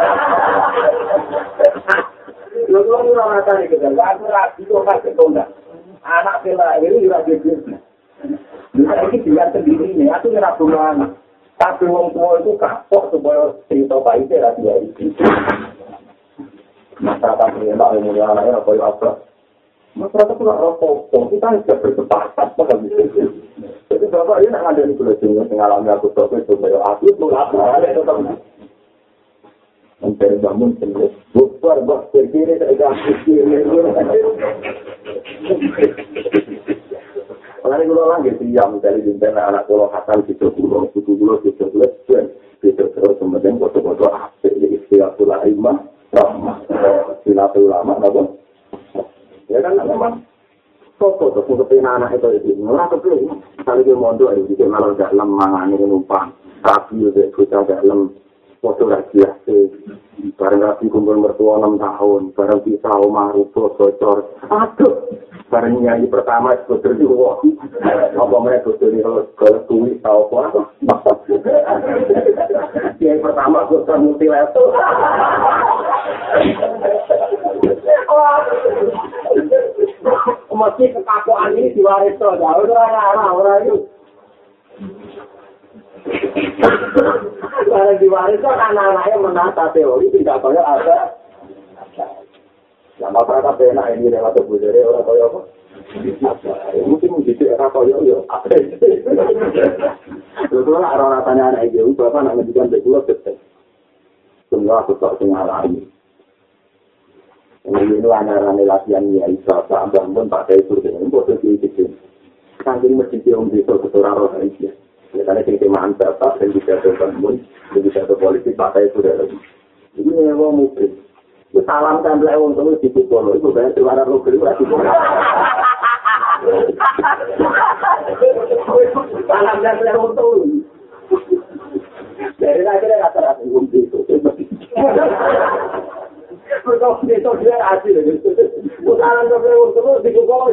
lo orang ada di kedai aku rapi itu pasti tunda anak bela ini juga jadi ini dia sendiri nih aku nggak punya anak tapi wong tua itu kapok supaya cerita baik dia dia itu masyarakat ini tak punya anaknya apa masyarakat tidak rokok kita harus bersepakat pada itu. Jadi bapak ini ada di belajar mengalami aku sampai supaya aku itu apa ada tetap mencari bangun sendiri bukan bos terkini saya kiri kalau ini kalau lagi siam dari bintang anak pulau Hasan itu pulau dan itu terus kemudian foto-foto asik jadi istilah imam rahmah silatul ulama apa ya kan memang foto seperti anak itu orang kepilih kalau dia mondok itu dia malah dalam mangane numpang rapi itu kita dalam foto rahasia bareng rapi kumpul mertua 6 tahun bareng pisah omah rupo bocor aduh bareng nyanyi pertama seperti itu apa mereka itu kalau tulis tahu apa yang pertama bocor multilevel masih kekakuan ini diwaris terus orang itu Barang diwariskan anak-anaknya menata teori tidak kaya ada. Nah, masyarakat enak ini relatif budaya orang kaya apa? Mungkin mendidik era kaya ya. Betul lah orang tanya anak ibu, bapak nak mendidikan betul betul. Semua aku tak mengalami. Ini anak-anak latihan ya, Isa, bangun pakai surga, ini posisi itu. Saking masjid yang bisa keturah roh Indonesia. Karena ketemaan bapak dan juga bangun, dan juga politik pakai surga lagi. Ini memang mungkin. Salam tempel untuk di Kupolo itu banyak suara lokal lagi. Salam tempel untuk. Dari akhirnya rata-rata itu. Berkau itu dia asli. Salam tempel untuk di Kupolo.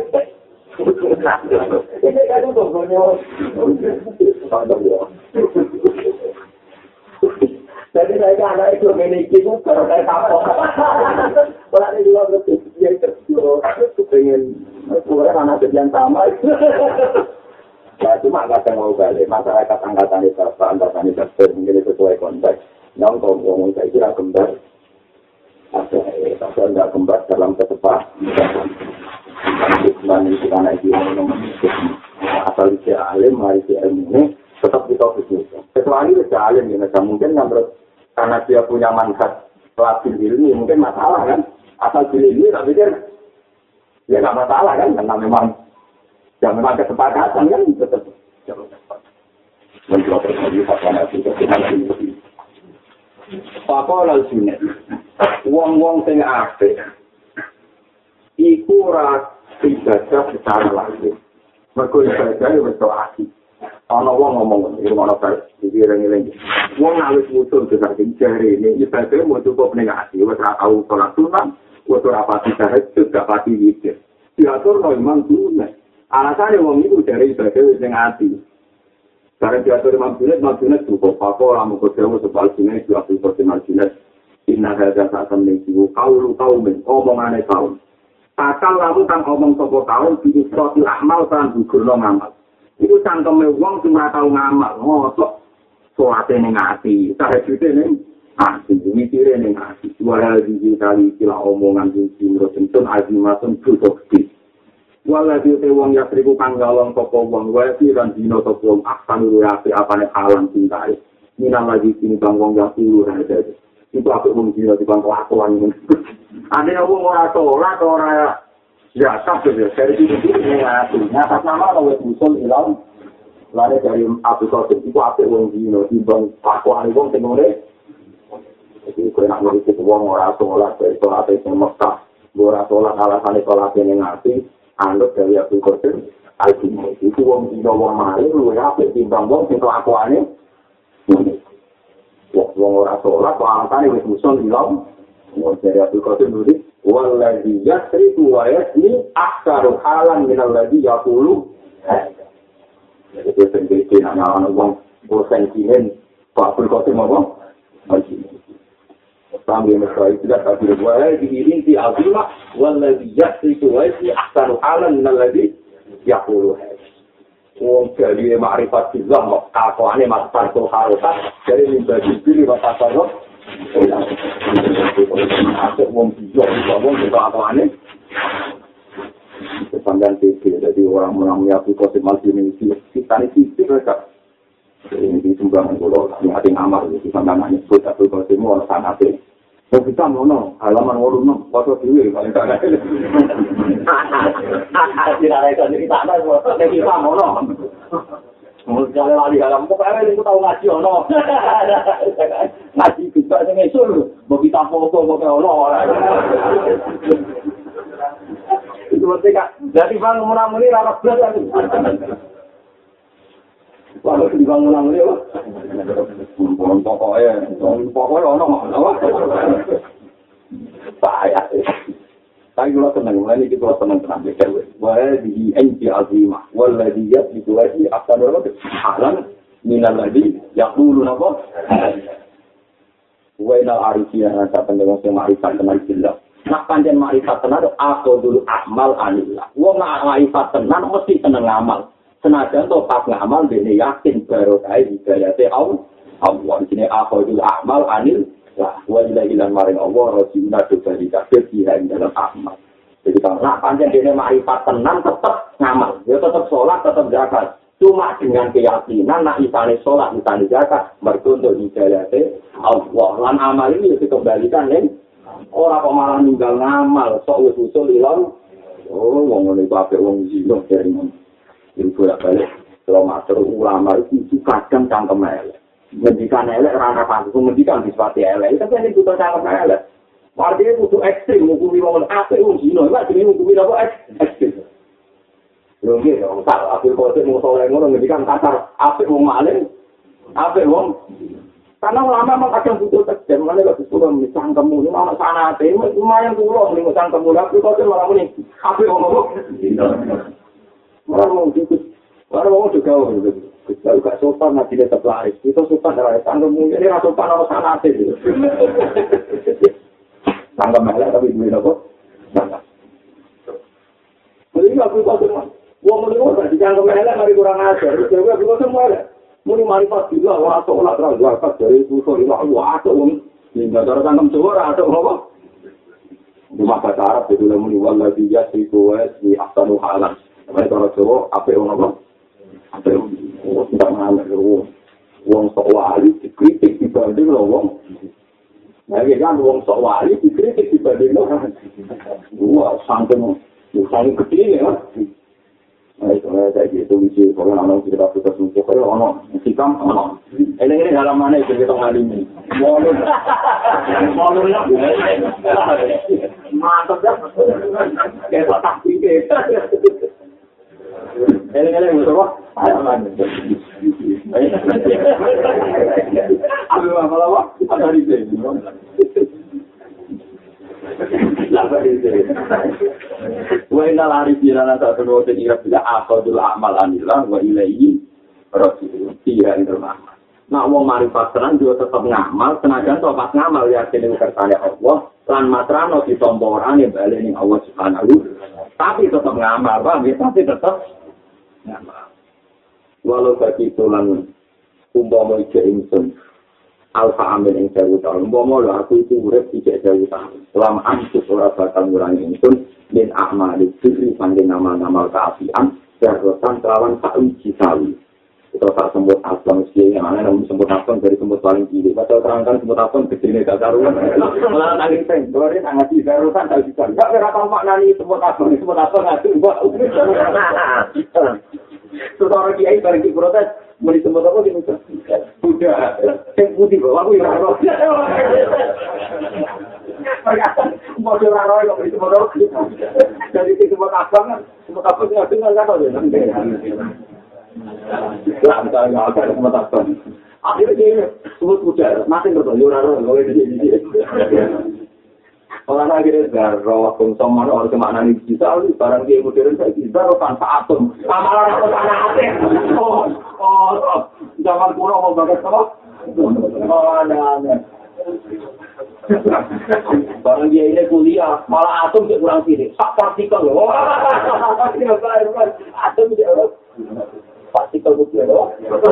Ini kan untuk beliau. Jadi saya anak itu memiliki bukan kayak apa. Kalau ada juga yang terus pengen kurang anak yang sama. Ya cuma kadang mau balik masyarakat angkatan itu mungkin sesuai konteks. Yang ngomong saya kira kembar. Ada tidak kembar dalam ketepatan. Dan itu anak itu asal dia alim, mari dia ilmu tetap kita bisnis. Kecuali dia alim ya, mungkin yang karena dia punya manfaat labil ilmi mungkin masalah kan, asal ilmi tapi dia ya nggak masalah kan, karena memang kesepakatan kan tetap mencoba lagi pasangan itu Pakola sunnah wong-wong sing apik iku ora ibadah secara langsung mergo ibadah wis asli. Ana wong ngomong iki ana pikiran-pikiran. Wong awis mutul kesaking jare ini ibadah mau cukup ning ati wis ora tau salat sunat, wis ora pati tahajud, gak pati witir. Diatur no imam sunat. Alasane wong iku jare ibadah wis ning ati. Karena diatur imam sunat cukup apa lamun kodewo sebal sunat itu aku personal sunat. Inna hadza sa'atan niku kaulu kaumen omongane kaum. Asal lalu kang omong sapa kaum iki sosial amal kan gugurno ngamal. Iku cangkeme wong sing ora tau ngamal, mosok salate ning ati, tahajude ning ati, mikire ning ati. Wala kali kila omongan sing simrotun azimatun produktif. Wala te wong ya triku kang galong sapa wong wae lan dina sapa wong aksan luwih apane halang cintae. Minang lagi sini bang wong ya tulu ada. Itu aku mung dina di bang kelakuan. Ane wong ora salat ora ya, tapi dari itu atas nama Allah Musul Ilam, lalu dari Abu Qasim itu apa yang dino timbang pakuan wong tengore. Jadi kau nak ngurusi wong ora sholat dari sholat yang Mekah, ora sholat alasan sholat yang ngati, anut dari Abu Qasim. Itu wong dino wong mari lu ya apa timbang wong sing kelakuane. Wong ora sholat alasan wis Musul Ilam, dari Abu Qasim dulu. Walladzi yasriku wa yasni aksaru halan minal ladzi yaqulu. Jadi sendiri anak-anak wong sentimen Pak Qasim apa? Sambil mesra tidak tapi walladzi inti azimah walladzi yasriku wa yasni aksaru halan minal ladzi yaqulu. Wong jadi ma'rifat billah kok kakoane masar to harusah jadi minta dipilih batas Asik wong bijak wong itu apa-apane. Sampeyan pikir jadi orang menamanya Abu Qasim Al-Jini kita ini mereka ini disumbang kula hati amal iki sampeyan nyebut Abu Qasim ora sanate. Wong kita ngono halaman 86 foto dhewe paling tak. Tidak ada kita ana kita ngono. Mungkin lali dalam pokoknya itu tahu ngaji ono. Ngaji kita sing esul, mau kita foto pokoknya ono. Itu berarti Kak, dari bangun-bangun ini rapat belas kan. Walau di bangun-bangun ini pokoknya ono. Bahaya. Tapi kalau tenang, mulai ini kita tenang. Walladzi anti azimah, walladzi yasbitu wajhi ahsanu halan minal ladzi yaquluna apa? Wa inal arifina ta pendengar sing ma'rifat tenan billah. Nak pancen ma'rifat tenan aku dulu amal anillah. Wong ma'rifat tenan mesti seneng amal. Senajan topat ngamal dene yakin barokah hidayate Allah di sini akhirul amal anil lah wa ila ilan maring Allah rajiuna dobali kabeh ing dalam amal. Jadi kalau nak pancen dene makrifat tenan tetep ngamal, ya tetep salat, tetep zakat. Cuma dengan keyakinan nak isane salat, isane zakat, mergo untuk hidayate Allah. Lan amal ini dikembalikan ning ora kok malah ninggal ngamal, sok wis usul ilon. Oh, wong ngene kabeh wong zino dari ngono. Iki bolak-balik kalau matur ulama itu kadang cangkem elek. Ngendikan elek ora pangku ngendikan disipati elek, tapi ini butuh cangkem elek. Artinya butuh ekstrim, hukumi wong apik wong zino, lha jenenge hukumi apa ekstrim. Lho nggih, wong tak apik kok mung soleh ngono ngendikan kasar, apik wong maling, apik wong karena ulama memang kadang butuh tekjem, makanya kalau disuruh cangkemmu, ini mau sanate, lumayan tulung nih cangkemmu, tapi kok malah muni, apik wong ngomong. Orang mau ikut, orang mau juga kalau gak sopan nanti dia terlaris. Itu sopan dari tanggamu ini rasa sopan orang sanate. Tanggam melek tapi duit apa? Tanggam. Jadi aku tahu semua. Uang menurut saya tanggam melek mari kurang ajar. Jadi aku semua ada. Muni marifat juga wah sholat rakyat dari itu sholat wah uang. Hingga cara tanggam suara atau apa? Cuma bahasa Arab itu muni wallahi yasifu wa yasmi ahsanu halan. Mereka orang Jawa, apa yang apa? Apa yang tidak mengalami uang sok wali dikritik dibanding wong. Nah, kan uang sok wali dikritik dibanding orang. Wah, sangat kecil ya. Nah, itu saya gitu misi kalau orang kita putus misi kalau orang sikam orang. Ini halaman itu kita ngalimi. Molurnya mantap ya. Kayak tak pikir. Eleng-eleng apa? Aman. Aduh, apa? Ada di sini. Lapa di sini. Wa inna lari jirana satu dua tiga bila akhadul amal anillah wa ilaihi rasul. Tiga itu nama. Nak wong marifat tenan juga tetap ngamal, senajan topat ngamal yakin ing kersane Allah lan matrano ditomporane bali ning Allah Subhanahu. Tapi tetap ngamal, Bang, tapi tetap ngamal. Walau bagi tulan umpama ijek ingsun alfa amin ing 1000 tahun. Umpama lho aku itu urip ijek 1000 tahun. Selama antus ora bakal ngurangi ingsun min a'mali dzikri sangge nama-nama kaapian daratan kelawan sauji sawi. Itu tak sebut asam sih yang mana namun sebut asam dari sebut paling kiri. Baca terangkan sebut asam kecil ini tak karuan. Malah nangis sen, doain sangat di darusan tak bisa. Enggak berapa makna nih sebut asam nggak buat. Seorang kiai bareng di protes mau disebut apa gitu? Udah, yang putih bawa aku yang roh. Mau roh kok disebut apa? Jadi disebut asam sebut apa nggak tahu ya. Lantar nggak ada pengetahuan. Akhirnya dia sebut kuda, masih bertanya orang kalau ini dia. Orang akhirnya darah, konsumsi orang kemana nih bisa, barang dia modern saya bisa, tanpa atom, sama orang tanpa atom. Oh, zaman kuno mau bagas apa? Oh, aneh. Barang dia ini kuliah, malah atom dia kurang sini, sak partikel loh. Atom dia partikel putih loh.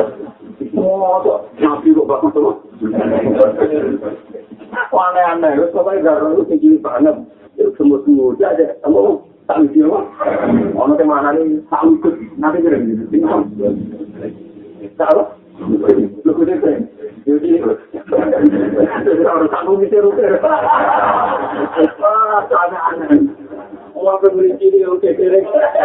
Nabi kok bagus loh. Aneh-aneh, soalnya garam itu tinggi banget. Semut-semut aja, kamu tak lucu apa? Orang kemana nih, tak lucu. Nanti kira gitu, tinggal. Salah? Lu kudet-kudet. Jadi orang sanggup bisa rupiah. Aneh-aneh. Orang pembeli ciri, oke, kira.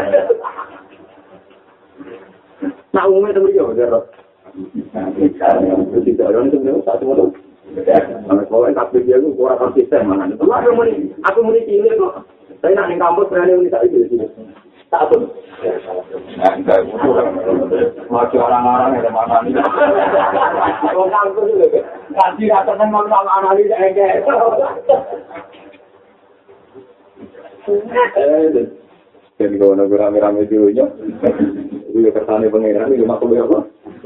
Nah, umumnya itu beliau, Jarot. Tidak, orang itu beliau, satu motor. Kalau tak beliau, aku kurang konsisten. Aku mau pilih kok. Saya nak di kampus, berani menikah itu. Tak pun. Masih orang-orang yang mana nih. Kalau kampus itu, kasih rasanya mau analis, enggak. Dan kalau nak rame-rame dulunya. Itu kersane pengeran itu makhluk apa?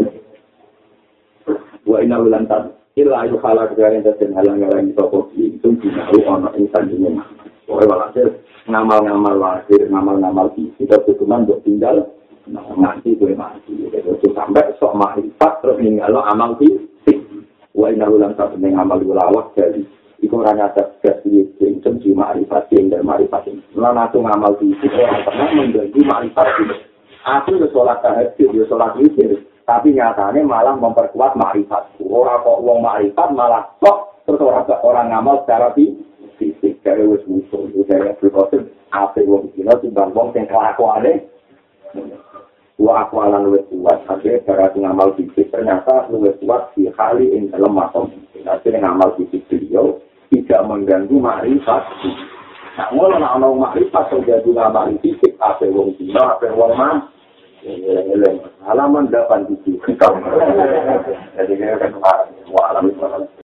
Wa inna lantas illa yuhala kejaran dan halang-halang toko itu dinahu ana insan ini. Pokoke walhasil ngamal-ngamal lahir, ngamal-ngamal isi kita cuma untuk tinggal mati gue mati. Itu sampai sok makrifat terus ninggalo amal fisik. Wa inna ulam satu neng amal ulawak jadi iku ora nyadar jadi di makrifat dan makrifat. Lan atu ngamal fisik ora pernah mengganggu makrifat. Aku yo salat tahajud, yo salat witir, tapi nyatanya malah memperkuat makrifat. Ora kok wong makrifat malah kok terus orang ngamal secara fisik dari wis musuh. Dari berkosip ape wong dina timbang wong sing kelakuane wa akwalan luwih kuat, akhirnya cara ngamal fisik ternyata luwih kuat di kali ing dalam makom. Akhirnya ngamal fisik beliau tidak mengganggu makrifat. Nah, ngono nek ana makrifat jadi ngamal fisik, ape wong dina, ape wong man. Halaman 8 di situ. Jadi kan wa alam